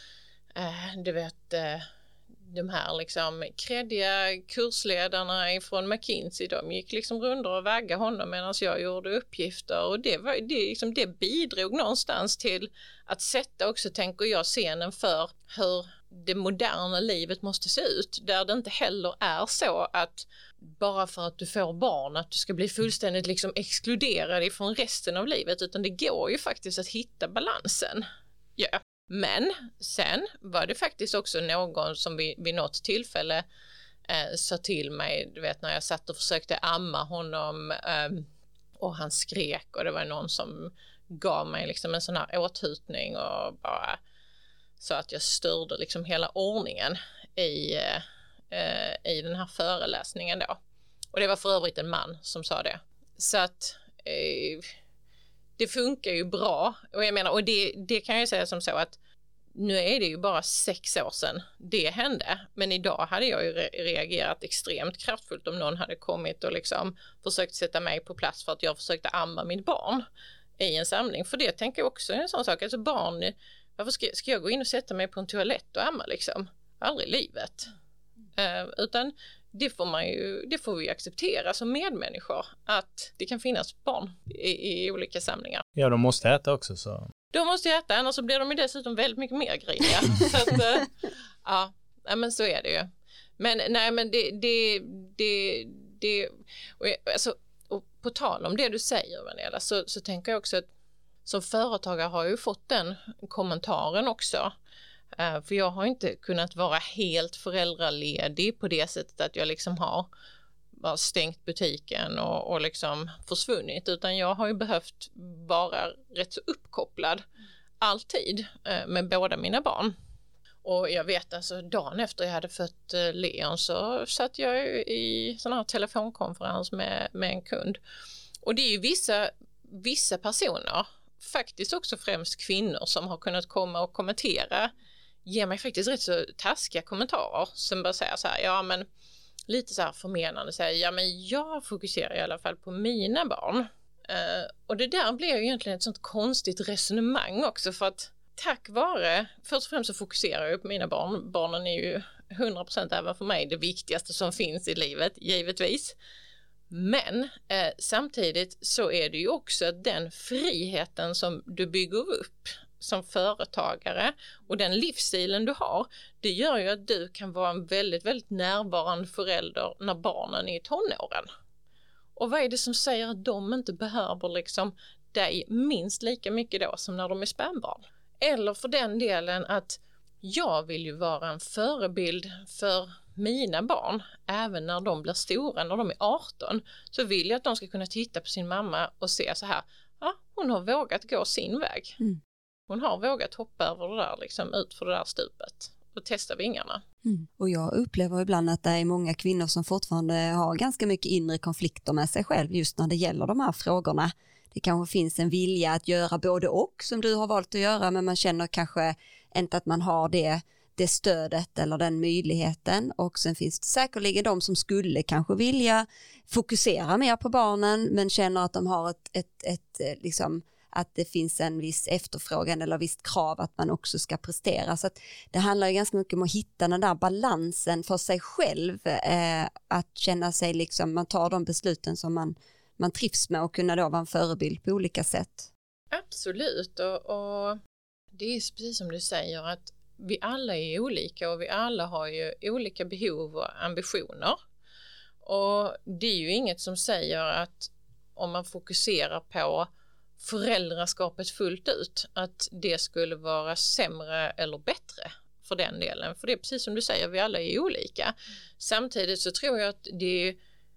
eh, du vet, eh, de här liksom kreddiga kursledarna ifrån McKinsey, de gick liksom rundor och vägga honom medan jag gjorde uppgifter och det, var, det, liksom, det bidrog någonstans till att sätta också, tänker jag, scenen för hur det moderna livet måste se ut, där det inte heller är så att bara för att du får barn att du ska bli fullständigt liksom exkluderad ifrån resten av livet, utan det går ju faktiskt att hitta balansen. Ja. Men sen var det faktiskt också någon som vid, vid något tillfälle eh, sa till mig, du vet när jag satt och försökte amma honom eh, och han skrek och det var någon som gav mig liksom en sån här åthutning och bara så att jag störde liksom hela ordningen i, eh, i den här föreläsningen då. Och det var för övrigt en man som sa det. Så att eh, det funkar ju bra. Och jag menar, och det, det kan jag säga som så att nu är det ju bara sex år sedan det hände. Men idag hade jag ju re- reagerat extremt kraftfullt om någon hade kommit och liksom försökt sätta mig på plats för att jag försökte amma mitt barn i en samling. För det tänker jag också är en sån sak. Alltså barn, varför ska, ska jag gå in och sätta mig på en toalett och amma liksom? Aldrig i livet. Uh, utan det får man ju, det får vi acceptera som medmänniskor, att det kan finnas barn i, i olika samlingar. Ja, de måste äta också så. De måste äta, annars så blir de ju dessutom väldigt mycket mer griniga. Så att, uh, ja, men så är det ju. Men nej, men det, det, det, det och, alltså, och på tal om det du säger, Vanilla, så, så tänker jag också att som företagare har jag ju fått den kommentaren också. Uh, för jag har inte kunnat vara helt föräldraledig på det sättet att jag liksom har bara stängt butiken och, och liksom försvunnit, utan jag har ju behövt vara rätt så uppkopplad alltid uh, med båda mina barn. Och jag vet alltså dagen efter jag hade fött uh, Leon så satt jag i sån här telefonkonferens med, med en kund. Och det är ju vissa, vissa personer, faktiskt också främst kvinnor, som har kunnat komma och kommentera, ger mig faktiskt rätt så taskiga kommentarer som bara säger så här, ja men lite så här förmenande, säger ja men jag fokuserar i alla fall på mina barn. Uh, och det där blir ju egentligen ett sånt konstigt resonemang också, för att tack vare, först och främst så fokuserar jag på mina barn. Barnen är ju hundra procent även för mig det viktigaste som finns i livet, givetvis. Men eh, samtidigt så är det ju också den friheten som du bygger upp som företagare och den livsstilen du har, det gör ju att du kan vara en väldigt, väldigt närvarande förälder när barnen är i tonåren. Och vad är det som säger att de inte behöver liksom dig minst lika mycket då som när de är spädbarn? Eller för den delen att jag vill ju vara en förebild för mina barn, även när de blir stora, när de är arton, så vill jag att de ska kunna titta på sin mamma och se så här, ja, hon har vågat gå sin väg. Mm. Hon har vågat hoppa över det där, liksom ut för det där stupet och testa vingarna. Mm. Och jag upplever ibland att det är många kvinnor som fortfarande har ganska mycket inre konflikter med sig själv just när det gäller de här frågorna. Det kanske finns en vilja att göra både och som du har valt att göra, men man känner kanske inte att man har det, det stödet eller den möjligheten. Och sen finns det säkerligen de som skulle kanske vilja fokusera mer på barnen men känner att de har ett, ett, ett liksom att det finns en viss efterfrågan eller visst krav att man också ska prestera. Så att det handlar ju ganska mycket om att hitta den där balansen för sig själv, eh, att känna sig liksom, man tar de besluten som man, man trivs med och kunna då vara en förebild på olika sätt. Absolut, och, och det är precis som du säger att vi alla är olika och vi alla har ju olika behov och ambitioner. Och det är ju inget som säger att om man fokuserar på föräldraskapet fullt ut att det skulle vara sämre eller bättre för den delen. För det är precis som du säger, vi alla är olika. Mm. Samtidigt så tror jag att det,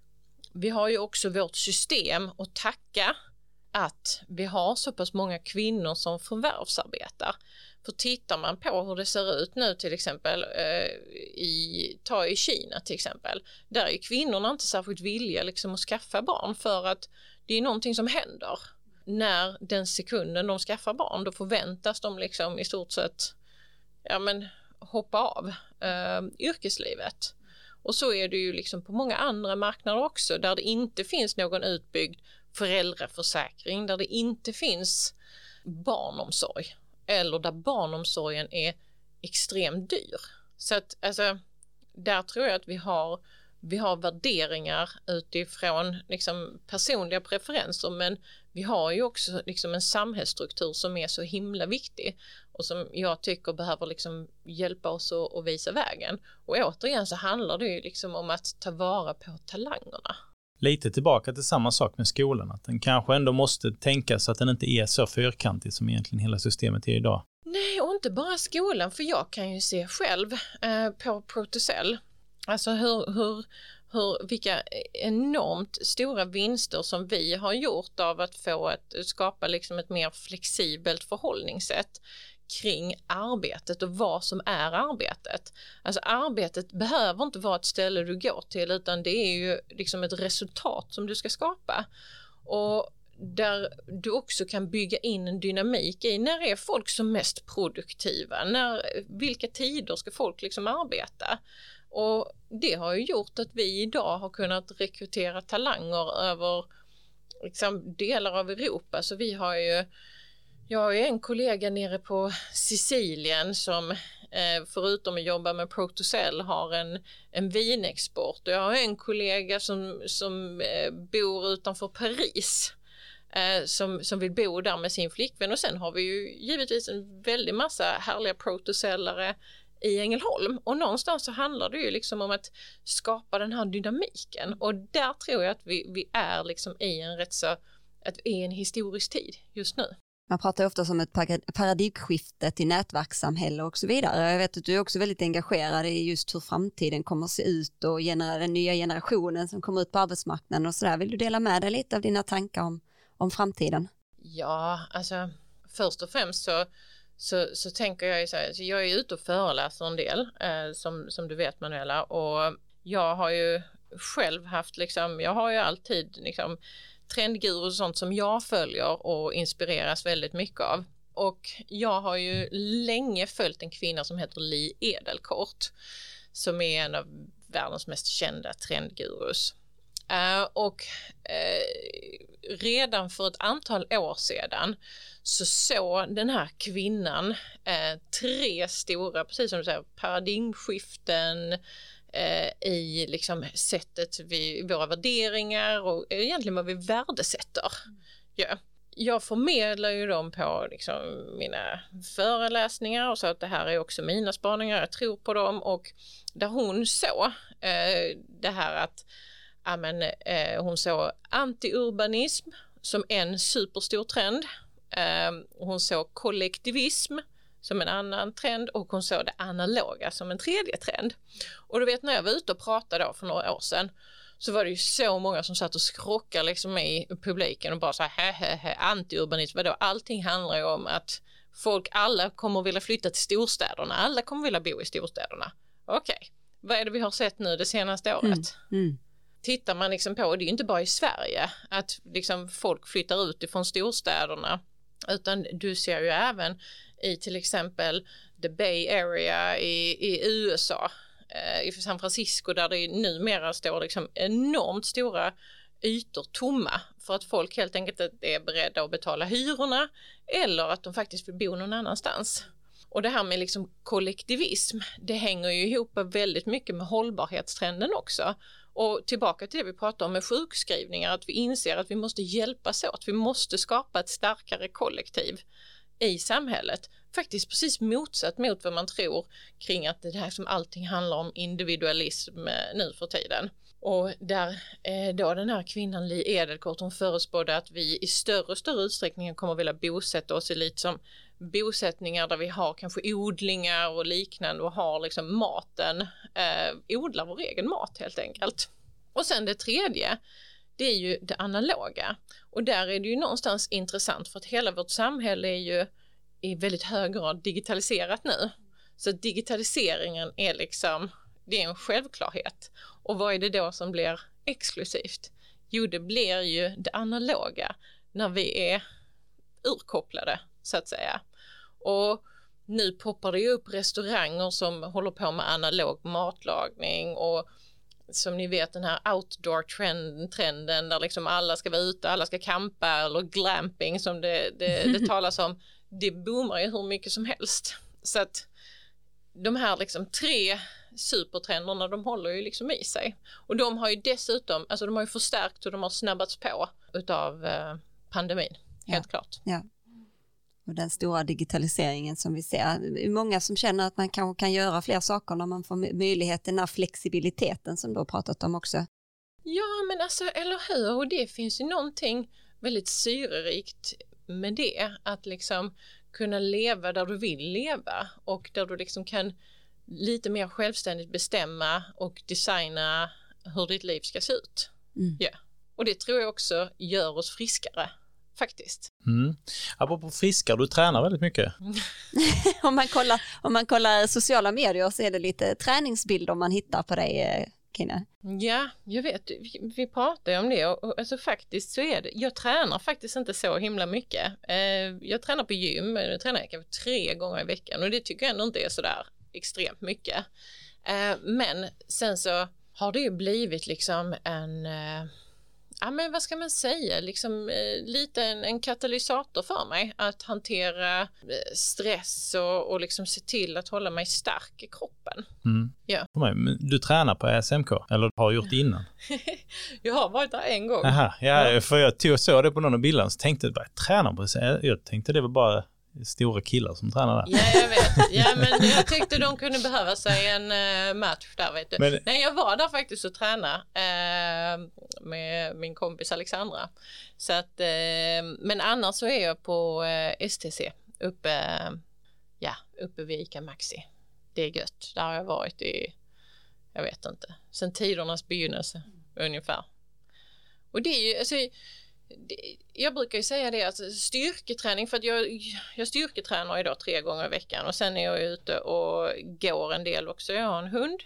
vi har ju också vårt system att tacka att vi har så pass många kvinnor som förvärvsarbetar. För tittar man på hur det ser ut nu till exempel eh, i, ta i Kina till exempel, där är kvinnorna inte särskilt villiga liksom att skaffa barn för att det är någonting som händer. När den sekunden de skaffar barn, då förväntas de liksom i stort sett ja, men, hoppa av eh, yrkeslivet. Och så är det ju liksom på många andra marknader också där det inte finns någon utbyggd föräldraförsäkring, där det inte finns barnomsorg eller där barnomsorgen är extremt dyr. Så att alltså, där tror jag att vi har Vi har värderingar utifrån liksom, personliga preferenser, men vi har ju också liksom, en samhällsstruktur som är så himla viktig och som jag tycker behöver liksom, hjälpa oss att, att visa vägen. Och återigen så handlar det ju liksom, om att ta vara på talangerna. Lite tillbaka till samma sak med skolan, att den kanske ändå måste tänka så att den inte är så fyrkantig som egentligen hela systemet är idag. Nej, och inte bara skolan, för jag kan ju se själv eh, på Protocell. Alltså hur, hur, hur, vilka enormt stora vinster som vi har gjort av att få ett, skapa liksom ett mer flexibelt förhållningssätt kring arbetet och vad som är arbetet. Alltså arbetet behöver inte vara ett ställe du går till utan det är ju liksom ett resultat som du ska skapa. Och där du också kan bygga in en dynamik i när är folk som mest produktiva, när, vilka tider ska folk liksom arbeta. Och det har ju gjort att vi idag har kunnat rekrytera talanger över liksom, delar av Europa. Så vi har ju, jag har ju en kollega nere på Sicilien som eh, förutom att jobba med Protocell har en, en vinexport. Och jag har en kollega som, som eh, bor utanför Paris eh, som, som vill bo där med sin flickvän. Och sen har vi ju givetvis en väldig massa härliga Protocellare i Ängelholm, och någonstans så handlar det ju liksom om att skapa den här dynamiken, och där tror jag att vi, vi är liksom i en rätt så att vi är i en historisk tid just nu. Man pratar ofta om ett paradigmskifte till nätverkssamhälle och så vidare. Jag vet att du är också väldigt engagerad i just hur framtiden kommer att se ut och gener- den nya generationen som kommer ut på arbetsmarknaden och sådär. Vill du dela med dig lite av dina tankar om, om framtiden? Ja, alltså först och främst så Så, så tänker jag ju så här, så jag är ute och föreläser en del eh, som, som du vet Manuela, och jag har ju själv haft liksom, jag har ju alltid liksom trendgurus och sånt som jag följer och inspireras väldigt mycket av, och jag har ju länge följt en kvinna som heter Li Edelkort som är en av världens mest kända trendgurus. Uh, och uh, redan för ett antal år sedan så såg den här kvinnan uh, tre stora, precis som du säger, paradigmskiften eh, i liksom sättet vi, våra värderingar och egentligen vad vi värdesätter. Mm. Ja. Jag förmedlar ju dem på liksom mina föreläsningar och så att det här är också mina spaningar, jag tror på dem, och där hon så eh, det här att ja, men, eh, hon såg antiurbanism som en superstor trend, eh, hon såg kollektivism som en annan trend och hon såg det analoga som en tredje trend. Och du vet, när jag var ute och pratade då för några år sedan så var det ju så många som satt och skrockade liksom i publiken och bara så här, he, he, he, antiurbanism, vadå? Allting handlar ju om att folk, alla kommer vilja flytta till storstäderna, alla kommer vilja bo i storstäderna. Okej, okay. Vad är det vi har sett nu det senaste året? Mm. Mm. Tittar man liksom på, och det är ju inte bara i Sverige att liksom folk flyttar ut ifrån storstäderna, utan du ser ju även i till exempel the Bay Area i, i U S A, i San Francisco, där det numera står liksom enormt stora ytor tomma för att folk helt enkelt är beredda att betala hyrorna eller att de faktiskt vill bo någon annanstans. Och det här med liksom kollektivism, det hänger ju ihop väldigt mycket med hållbarhetstrenden också. Och tillbaka till det vi pratade om med sjukskrivningar, att vi inser att vi måste hjälpas åt, vi måste skapa ett starkare kollektiv i samhället. Faktiskt precis motsatt mot vad man tror kring att det här som allting handlar om individualism nu för tiden. Och där eh, då den här kvinnan Li Edelkort, hon förespådde att vi i större och större utsträckning kommer vilja bosätta oss i lite som bosättningar där vi har kanske odlingar och liknande och har liksom maten, eh, odlar vår egen mat helt enkelt. Och sen det tredje, det är ju det analoga. Och där är det ju någonstans intressant för att hela vårt samhälle är ju i väldigt hög grad digitaliserat nu. Så digitaliseringen är liksom, det är en självklarhet. Och vad är det då som blir exklusivt? Jo, det blir ju det analoga när vi är urkopplade så att säga. Och nu poppar det ju upp restauranger som håller på med analog matlagning och som ni vet den här outdoor-trenden där liksom alla ska vara ute, alla ska campa eller glamping som det, det, det talas om. Det boomar ju hur mycket som helst. Så att de här liksom tre supertrenderna, de håller ju liksom i sig. Och de har ju dessutom, alltså de har ju förstärkt och de har snabbats på utav eh, pandemin, helt ja. klart. Ja. Och den stora digitaliseringen som vi ser. Det är många som känner att man kanske kan göra fler saker när man får möjlighet, den här flexibiliteten som du har pratat om också. Ja, men alltså, eller hur? Och det finns ju någonting väldigt syrerikt med det. Att liksom kunna leva där du vill leva och där du liksom kan lite mer självständigt bestämma och designa hur ditt liv ska se ut. Mm. Ja. Och det tror jag också gör oss friskare. Faktiskt. Mm. Apropå friskare, du tränar väldigt mycket. om, man kollar, om man kollar sociala medier så är det lite träningsbilder man hittar på dig, Kina. Ja, jag vet. Vi, vi pratar ju om det och, och alltså faktiskt så är det. Jag tränar faktiskt inte så himla mycket. Eh, jag tränar på gym, jag tränar kanske tre gånger i veckan och det tycker jag ändå inte är sådär extremt mycket. Eh, men sen så har det ju blivit liksom en... Eh, Ja, men vad ska man säga, liksom eh, lite en, en katalysator för mig att hantera eh, stress och, och liksom se till att hålla mig stark i kroppen. Mm. Ja. Du tränar på S M K eller har gjort det innan? Jag har varit där en gång. Aha, ja, ja. För jag tog så det på någon av bilderna så tänkte jag bara, tränar på sig. Jag tänkte det var bara stora killar som tränar där. Ja, jag vet. Ja, men jag tyckte de kunde behöva sig en uh, match där, vet du. Men... Nej, jag var där faktiskt och tränade uh, med min kompis Alexandra. Så att, uh, men annars så är jag på uh, S T C uppe, uh, ja, uppe vid Ica Maxi. Det är gött. Där har jag varit i, jag vet inte, sen tidernas begynnelse mm. ungefär. Och det är ju, alltså, jag brukar ju säga det, alltså styrketräning, för att jag, jag styrketränar idag tre gånger i veckan och sen är jag ute och går en del också, jag har en hund.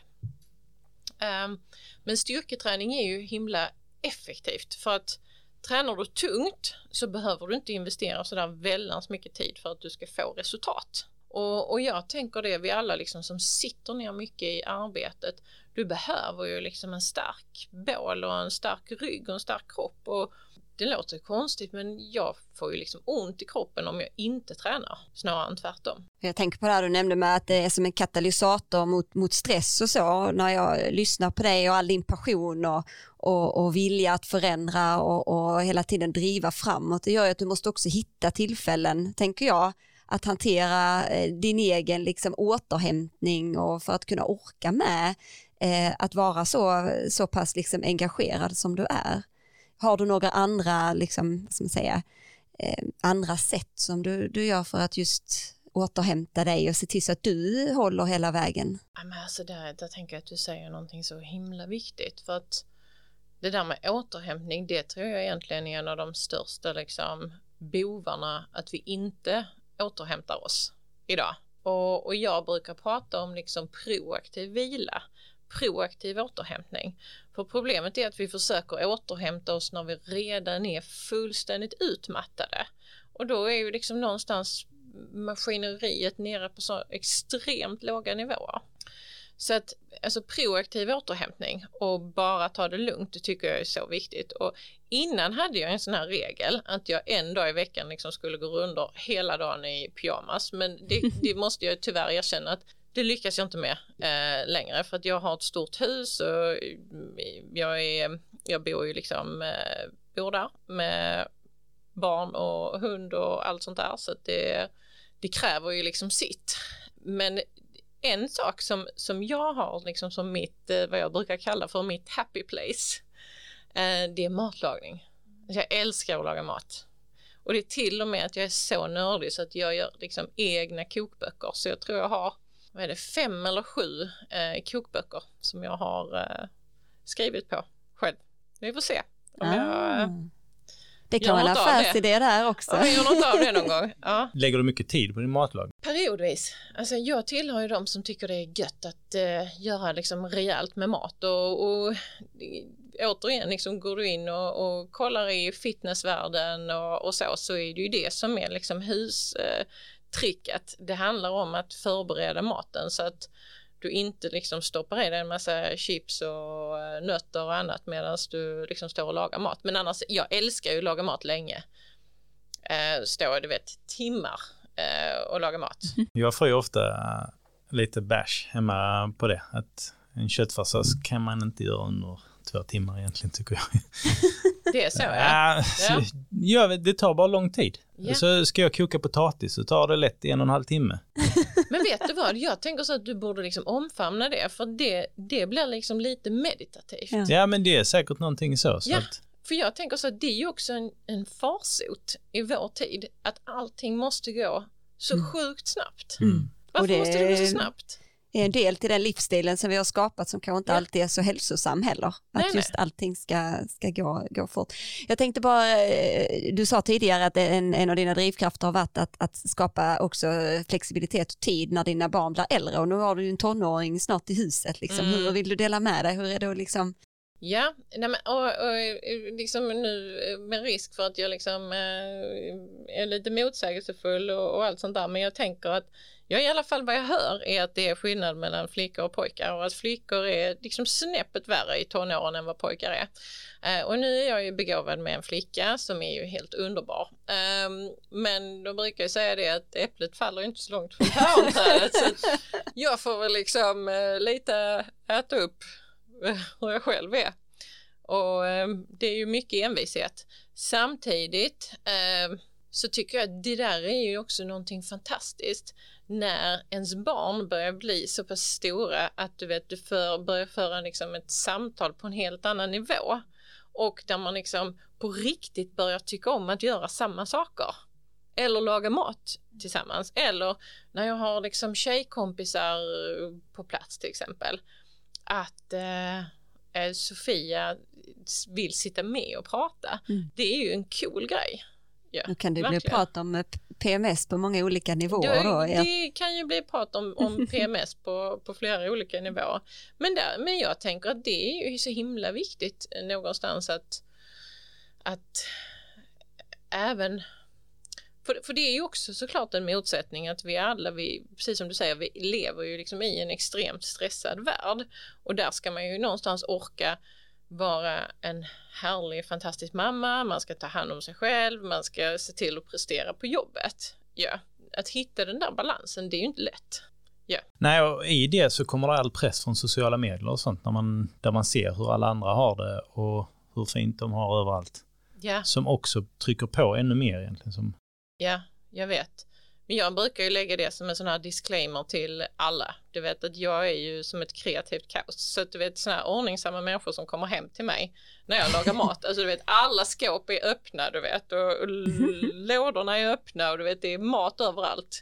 Um, men styrketräning är ju himla effektivt för att tränar du tungt så behöver du inte investera så där väldigt mycket tid för att du ska få resultat. Och, och jag tänker det, vi alla liksom som sitter ner mycket i arbetet, du behöver ju liksom en stark bål och en stark rygg och en stark kropp och det låter konstigt, men jag får ju liksom ont i kroppen om jag inte tränar, snarare än tvärtom. Jag tänker på det här du nämnde med att det är som en katalysator mot, mot stress och så. När jag lyssnar på dig och all din passion och, och, och vilja att förändra och, och hela tiden driva framåt, det gör ju att du måste också hitta tillfällen, tänker jag, att hantera din egen liksom återhämtning och för att kunna orka med eh, att vara så, så pass liksom engagerad som du är. Har du några andra liksom, som säga, eh, andra sätt som du, du gör för att just återhämta dig och se till så att du håller hela vägen? Ja, men alltså där, där tänker jag att du säger någonting så himla viktigt, för att det där med återhämtning, det tror jag egentligen är en av de största liksom, bovarna, att vi inte återhämtar oss idag. Och, och jag brukar prata om liksom proaktiv vila, proaktiv återhämtning. För problemet är att vi försöker återhämta oss när vi redan är fullständigt utmattade. Och då är ju liksom någonstans maskineriet nere på så extremt låga nivåer. Så att alltså proaktiv återhämtning och bara ta det lugnt, det tycker jag är så viktigt. Och innan hade jag en sån här regel att jag en dag i veckan liksom skulle gå runt hela dagen i pyjamas. Men det, det måste jag tyvärr erkänna att det lyckas jag inte med eh, längre, för att jag har ett stort hus och jag, är, jag bor ju liksom eh, bor där med barn och hund och allt sånt där, så att det, det kräver ju liksom sitt. Men en sak som, som jag har liksom som mitt, vad jag brukar kalla för mitt happy place, eh, det är matlagning. Jag älskar att laga mat. Och det är till och med att jag är så nördig så att jag gör liksom egna kokböcker. Så jag tror jag har, vad är det, fem eller sju eh, kokböcker som jag har eh, skrivit på själv. Vi får se om ah. jag... Eh, Det kan vara en affärsidé där också. Ja, jag gör något av det någon gång. Ja. Lägger du mycket tid på din matlagning? Periodvis. Alltså, jag tillhör ju de som tycker det är gött att eh, göra liksom rejält med mat. Och, och återigen, liksom, går du in och, och kollar i fitnessvärlden och, och så, så är det ju det som är liksom hustricket. Det handlar om att förbereda maten så att du inte liksom stoppar i dig en massa chips och nötter och annat medan du liksom står och lagar mat. Men annars, jag älskar ju att laga mat länge. Eh, står, du vet, timmar eh, och laga mat. Jag får ju ofta lite bash hemma på det. Att en köttfärssås kan man inte göra under två timmar egentligen, tycker jag. Det är så, ja. ja. ja det tar bara lång tid. Ja. Så ska jag koka potatis så tar det lätt en och en halv timme. Men vet du vad, jag tänker så att du borde liksom omfamna det, för det, det blir liksom lite meditativt. Ja. Ja, men det är säkert någonting så. så ja, att... för jag tänker så att det är ju också en, en farsot i vår tid, att allting måste gå så mm. sjukt snabbt. Mm. Varför det... måste det gå så snabbt? är en del till den livsstilen som vi har skapat som kanske inte ja. alltid är så hälsosam heller. Att nej, just nej. allting ska, ska gå, gå fort. Jag tänkte bara, du sa tidigare att en, en av dina drivkrafter har varit att, att skapa också flexibilitet och tid när dina barn blir äldre. Och nu har du ju en tonåring snart i huset. Liksom. Mm. Hur vill du dela med dig? Hur är det liksom... Ja, nej men, och, och, liksom nu med risk för att jag liksom är lite motsägelsefull och, och allt sånt där, men jag tänker att ja, i alla fall vad jag hör är att det är skillnad mellan flickor och pojkar och att flickor är liksom snäppet värre i tonåren än vad pojkar är. Uh, och nu är jag ju begåvad med en flicka som är ju helt underbar. Um, men då brukar jag säga det att äpplet faller inte så långt från päronträdet, så jag får väl liksom uh, lite äta upp hur jag själv är. Och eh, det är ju mycket envishet. Samtidigt eh, så tycker jag att det där är ju också någonting fantastiskt när ens barn börjar bli så pass stora att du vet, du för, börjar föra liksom ett samtal på en helt annan nivå och där man liksom på riktigt börjar tycka om att göra samma saker. Eller laga mat tillsammans. Eller när jag har liksom tjejkompisar på plats till exempel. Att eh, Sofia vill sitta med och prata. Mm. Det är ju en cool grej. Ja, nu kan det verkligen. bli prat om P M S på många olika nivåer. Det, då, ja. det kan ju bli prat om, om P M S på, på flera olika nivåer. Men, där, men jag tänker att det är ju så himla viktigt någonstans att, att även... För, för det är ju också såklart en motsättning att vi alla, vi, precis som du säger, vi lever ju liksom i en extremt stressad värld. Och där ska man ju någonstans orka vara en härlig, fantastisk mamma, man ska ta hand om sig själv, man ska se till att prestera på jobbet. Ja, att hitta den där balansen, det är ju inte lätt. Ja. Nej, och i det så kommer det all press från sociala medier och sånt, när man, där man ser hur alla andra har det och hur fint de har överallt. Ja. Som också trycker på ännu mer egentligen. Som... Ja, jag vet. Men jag brukar ju lägga det som en sån här disclaimer till alla. Du vet att jag är ju som ett kreativt kaos. Så att du vet såna här ordningsamma människor som kommer hem till mig när jag lagar mat. Alltså du vet alla skåp är öppna, du vet. Och, och lådorna är öppna och du vet det är mat överallt.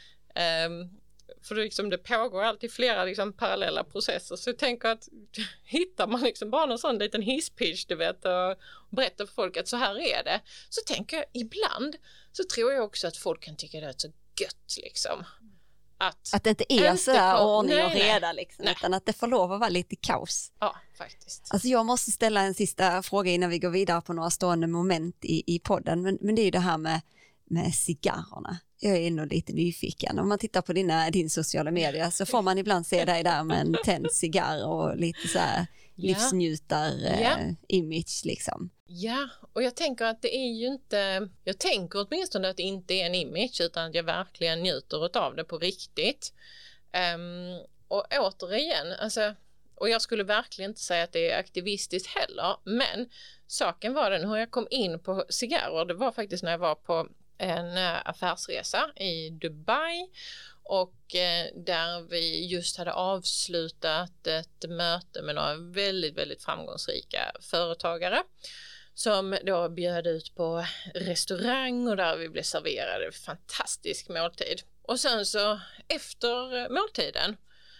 Um, för det, liksom, det pågår alltid flera liksom, parallella processer. Så jag tänker att hittar man liksom bara någon sån liten hisspitch, du vet, och berättar för folk att så här är det. Så tänker jag ibland så tror jag också att folk kan tycka det är så gött liksom. Att, att det inte är så där kom, ordning nej, och reda liksom, nej. Utan att det får lov att vara lite kaos. Ja, faktiskt. Alltså jag måste ställa en sista fråga innan vi går vidare på några stående moment i, i podden. Men, men det är ju det här med, med cigarrerna. Jag är nog lite nyfiken. Om man tittar på dina, din sociala medier så får man ibland se dig där med en tänd cigarr och lite så här Ja. livsnjutar-image ja. liksom. Ja, och jag tänker att det är ju inte, jag tänker åtminstone att det inte är en image utan att jag verkligen njuter av det på riktigt. Um, och återigen, alltså, och jag skulle verkligen inte säga att det är aktivistiskt heller, men saken var den hur jag kom in på cigarrer, det var faktiskt när jag var på en affärsresa i Dubai och eh, där vi just hade avslutat ett möte med några väldigt, väldigt framgångsrika företagare som då bjöd ut på restaurang och där vi blev serverade fantastisk måltid. Och sen så efter måltiden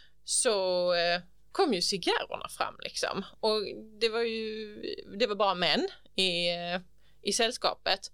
så eh, kom ju cigarrerna fram liksom. Och det var ju det var bara män i, i sällskapet.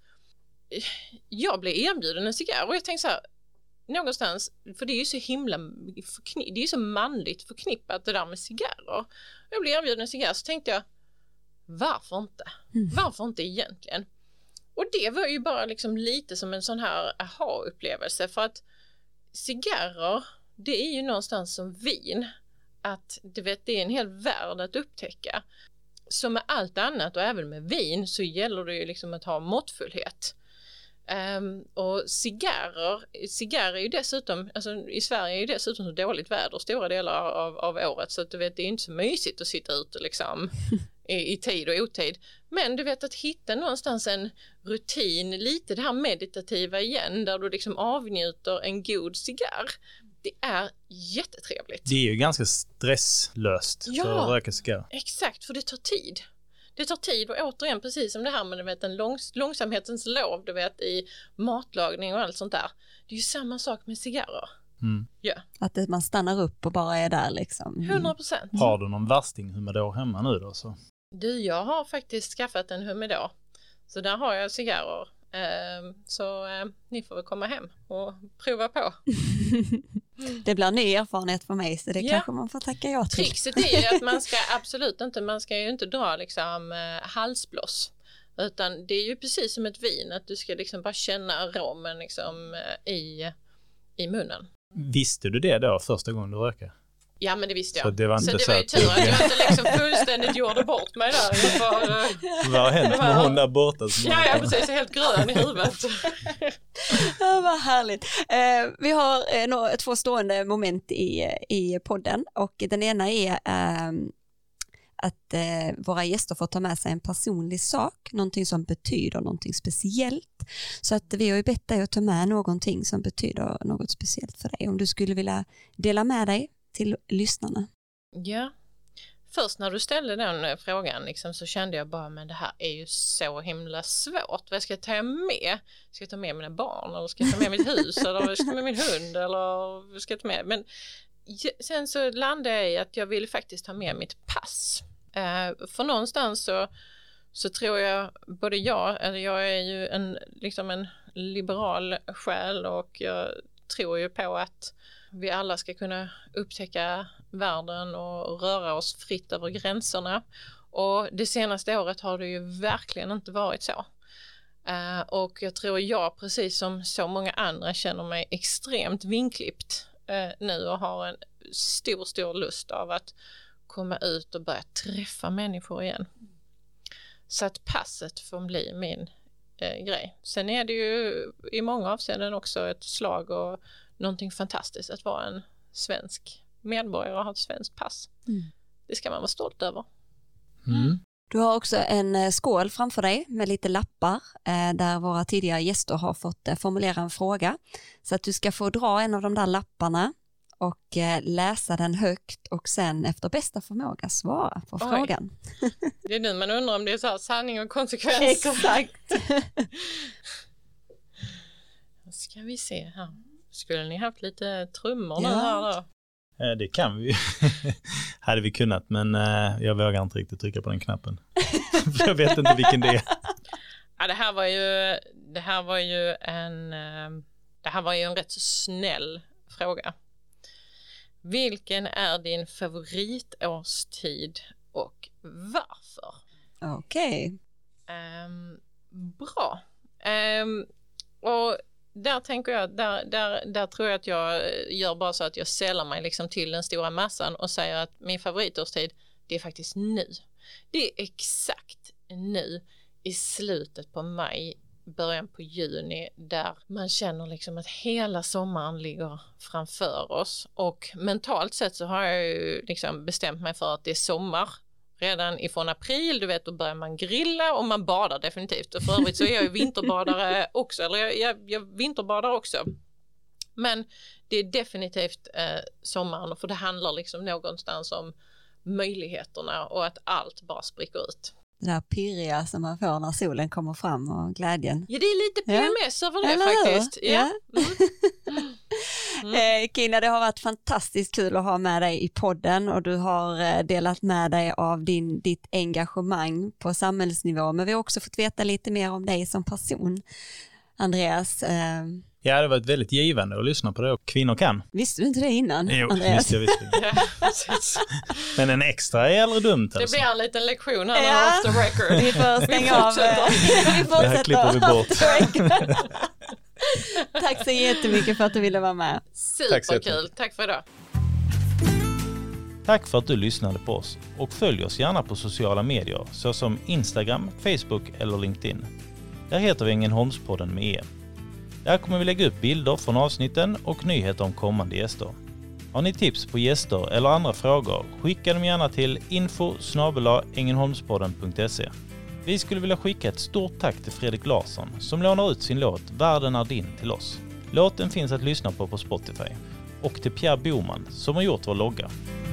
Jag blev erbjuden en cigarr och jag tänkte så här, någonstans, för det är ju så himla förkni- det är ju så manligt förknippat det där med cigarrer. Jag blev erbjuden en cigarr så tänkte jag, varför inte? Mm. Varför inte egentligen? Och det var ju bara liksom lite som en sån här aha-upplevelse för att cigarrer, det är ju någonstans som vin. Att du vet, det är en hel värld att upptäcka. Så med allt annat och även med vin så gäller det ju liksom att ha måttfullhet. Um, och cigarrer, cigarrer är ju dessutom, alltså i Sverige är ju dessutom så dåligt väder stora delar av, av året så att du vet det är inte så mysigt att sitta ute liksom i, i tid och otid. Men du vet att hitta någonstans en rutin, lite det här meditativa igen där du liksom avnjuter en god cigarr. Det är jättetrevligt. Det är ju ganska stresslöst ja, för att röka cigarr. Exakt, för det tar tid. Det tar tid och återigen precis som det här med du vet, en långs- långsamhetens lov du vet, i matlagning och allt sånt där. Det är ju samma sak med cigarrer. Mm. Ja. Att det, man stannar upp och bara är där liksom. Mm. hundra procent. Har du någon värsting-humidor hemma nu då? Så? Du, jag har faktiskt skaffat en humidor. Så där har jag cigarrer. Uh, så uh, ni får väl komma hem och prova på. Det blir en ny erfarenhet för mig så det ja. kanske man får tacka ja till. Trixet är ju att man ska absolut inte, man ska ju inte dra liksom uh, halsblås. Utan det är ju precis som ett vin att du ska liksom bara känna aromen liksom uh, i, i munnen. Visste du det då första gången du rökade? Ja, men det visste jag. Så det var, inte så det så var ju tur att jag inte liksom fullständigt gjorde bort mig där. Jag bara, uh, vad har hänt med hon där borta? Som ja, ja, precis. Helt grön i huvudet. Ja, vad härligt. Eh, vi har eh, några, två stående moment i, i podden och den ena är eh, att eh, våra gäster får ta med sig en personlig sak, någonting som betyder någonting speciellt. Så att vi har ju bett dig att ta med någonting som betyder något speciellt för dig. Om du skulle vilja dela med dig till lyssnarna. Ja, först när du ställde den frågan liksom, så kände jag bara, men det här är ju så himla svårt. Vad ska jag ta med? Ska jag ta med mina barn eller ska jag ta med mitt hus eller ska jag ta med min hund eller vad ska jag ta med? Men sen så landade jag i att jag ville faktiskt ta med mitt pass. Uh, för någonstans så, så tror jag, både jag, eller jag är ju en, liksom en liberal själ och jag tror ju på att vi alla ska kunna upptäcka världen och röra oss fritt över gränserna. Och det senaste året har det ju verkligen inte varit så. Uh, och jag tror jag, precis som så många andra, känner mig extremt vinklippt uh, nu och har en stor, stor lust av att komma ut och börja träffa människor igen. Så att passet får bli min eh, grej. Sen är det ju i många avseenden också ett slag och någonting fantastiskt att vara en svensk medborgare och ha ett svenskt pass. Mm. Det ska man vara stolt över. Mm. Du har också en skål framför dig med lite lappar eh, där våra tidigare gäster har fått eh, formulera en fråga. Så att du ska få dra en av de där lapparna och eh, läsa den högt och sen efter bästa förmåga svara på Oj. frågan. Det är nu man undrar om det är så här sanning och konsekvens. Exakt. Ska vi se här. Skulle ni haft lite trummor ja. nu här då? Det kan vi. Hade vi kunnat, men jag vågar inte riktigt trycka på den knappen. Jag vet inte vilken det är. Ja, det här var ju det här var ju en det här var ju en rätt så snäll fråga. Vilken är din favoritårstid och varför? Okej. Okay. Um, bra. Um, och Där tänker jag, där, där, där tror jag att jag gör bara så att jag säljer mig liksom till den stora massan och säger att min favoritårstid, det är faktiskt nu. Det är exakt nu i slutet på maj, början på juni, där man känner liksom att hela sommaren ligger framför oss. Och mentalt sett så har jag ju liksom bestämt mig för att det är sommar. Redan ifrån april, du vet, då börjar man grilla och man badar definitivt. Och för övrigt så är jag ju vinterbadare också, eller jag, jag, jag vinterbadar också. Men det är definitivt eh, sommaren, för det handlar liksom någonstans om möjligheterna och att allt bara spricker ut. Det där pirriga som man får när solen kommer fram och glädjen. Ja, det är lite P M S ja. över det eller faktiskt. Ja. Ja. Mm. Mm. Kina, det har varit fantastiskt kul att ha med dig i podden och du har delat med dig av din, ditt engagemang på samhällsnivå. Men vi har också fått veta lite mer om dig som person, Andreas. Ja, det har varit väldigt givande att lyssna på det och kvinnor kan. Visste du inte det innan, jo, Andreas? Jo, visste jag visste. Men en extra är aldrig dumt. Det alltså. blir en liten lektion här ja. Off the record. Vi får stänga av. Vi fortsätter. Det här klipper vi bort. Tack så jättemycket för att du ville vara med. Superkul. Tack för idag. Tack för att du lyssnade på oss och följ oss gärna på sociala medier såsom Instagram, Facebook eller LinkedIn. Där heter vi Ängelholmspodden med E. Där kommer vi lägga upp bilder från avsnitten och nyheter om kommande gäster. Har ni tips på gäster eller andra frågor, skicka dem gärna till info snabel-a ängelholmspodden punkt se. Vi skulle vilja skicka ett stort tack till Fredrik Larsson som lånar ut sin låt Världen är din till oss. Låten finns att lyssna på på Spotify. Och till Pierre Boman som har gjort vår logga.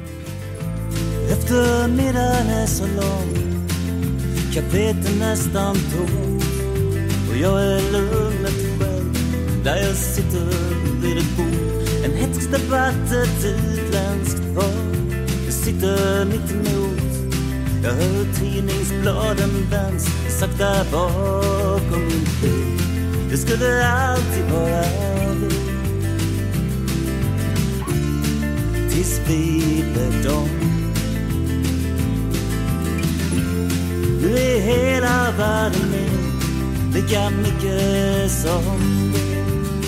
Eftermiddagen är så lång, kaféet är nästan tom och jag är lugnet själv där jag sitter vid ett bord. En hätsk debatt, ett utländskt par, jag sitter mitt emot. Jag hör tidningsbladen vänds sakta bakom min bil. Det skulle alltid vara det tills vi blev dom. Nu är hela världen min, lika mycket som det.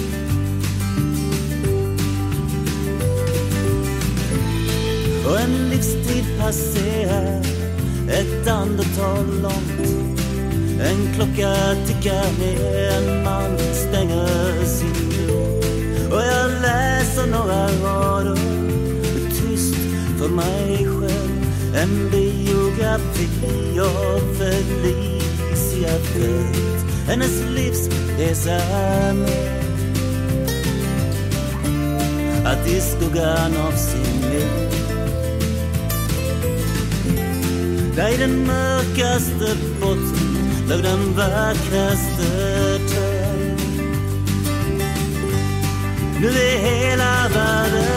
Och en livstid passerar, ett andetag långt. En klocka tickar ner, en man stänger sin dörr. Och jag läser några rader, tyst för mig själv. En biografi av Felicia Fält, hennes livsresa med. Att i skuggan av sin liv, där i den mörkaste botten låg den vackraste träd. Nu är hela världen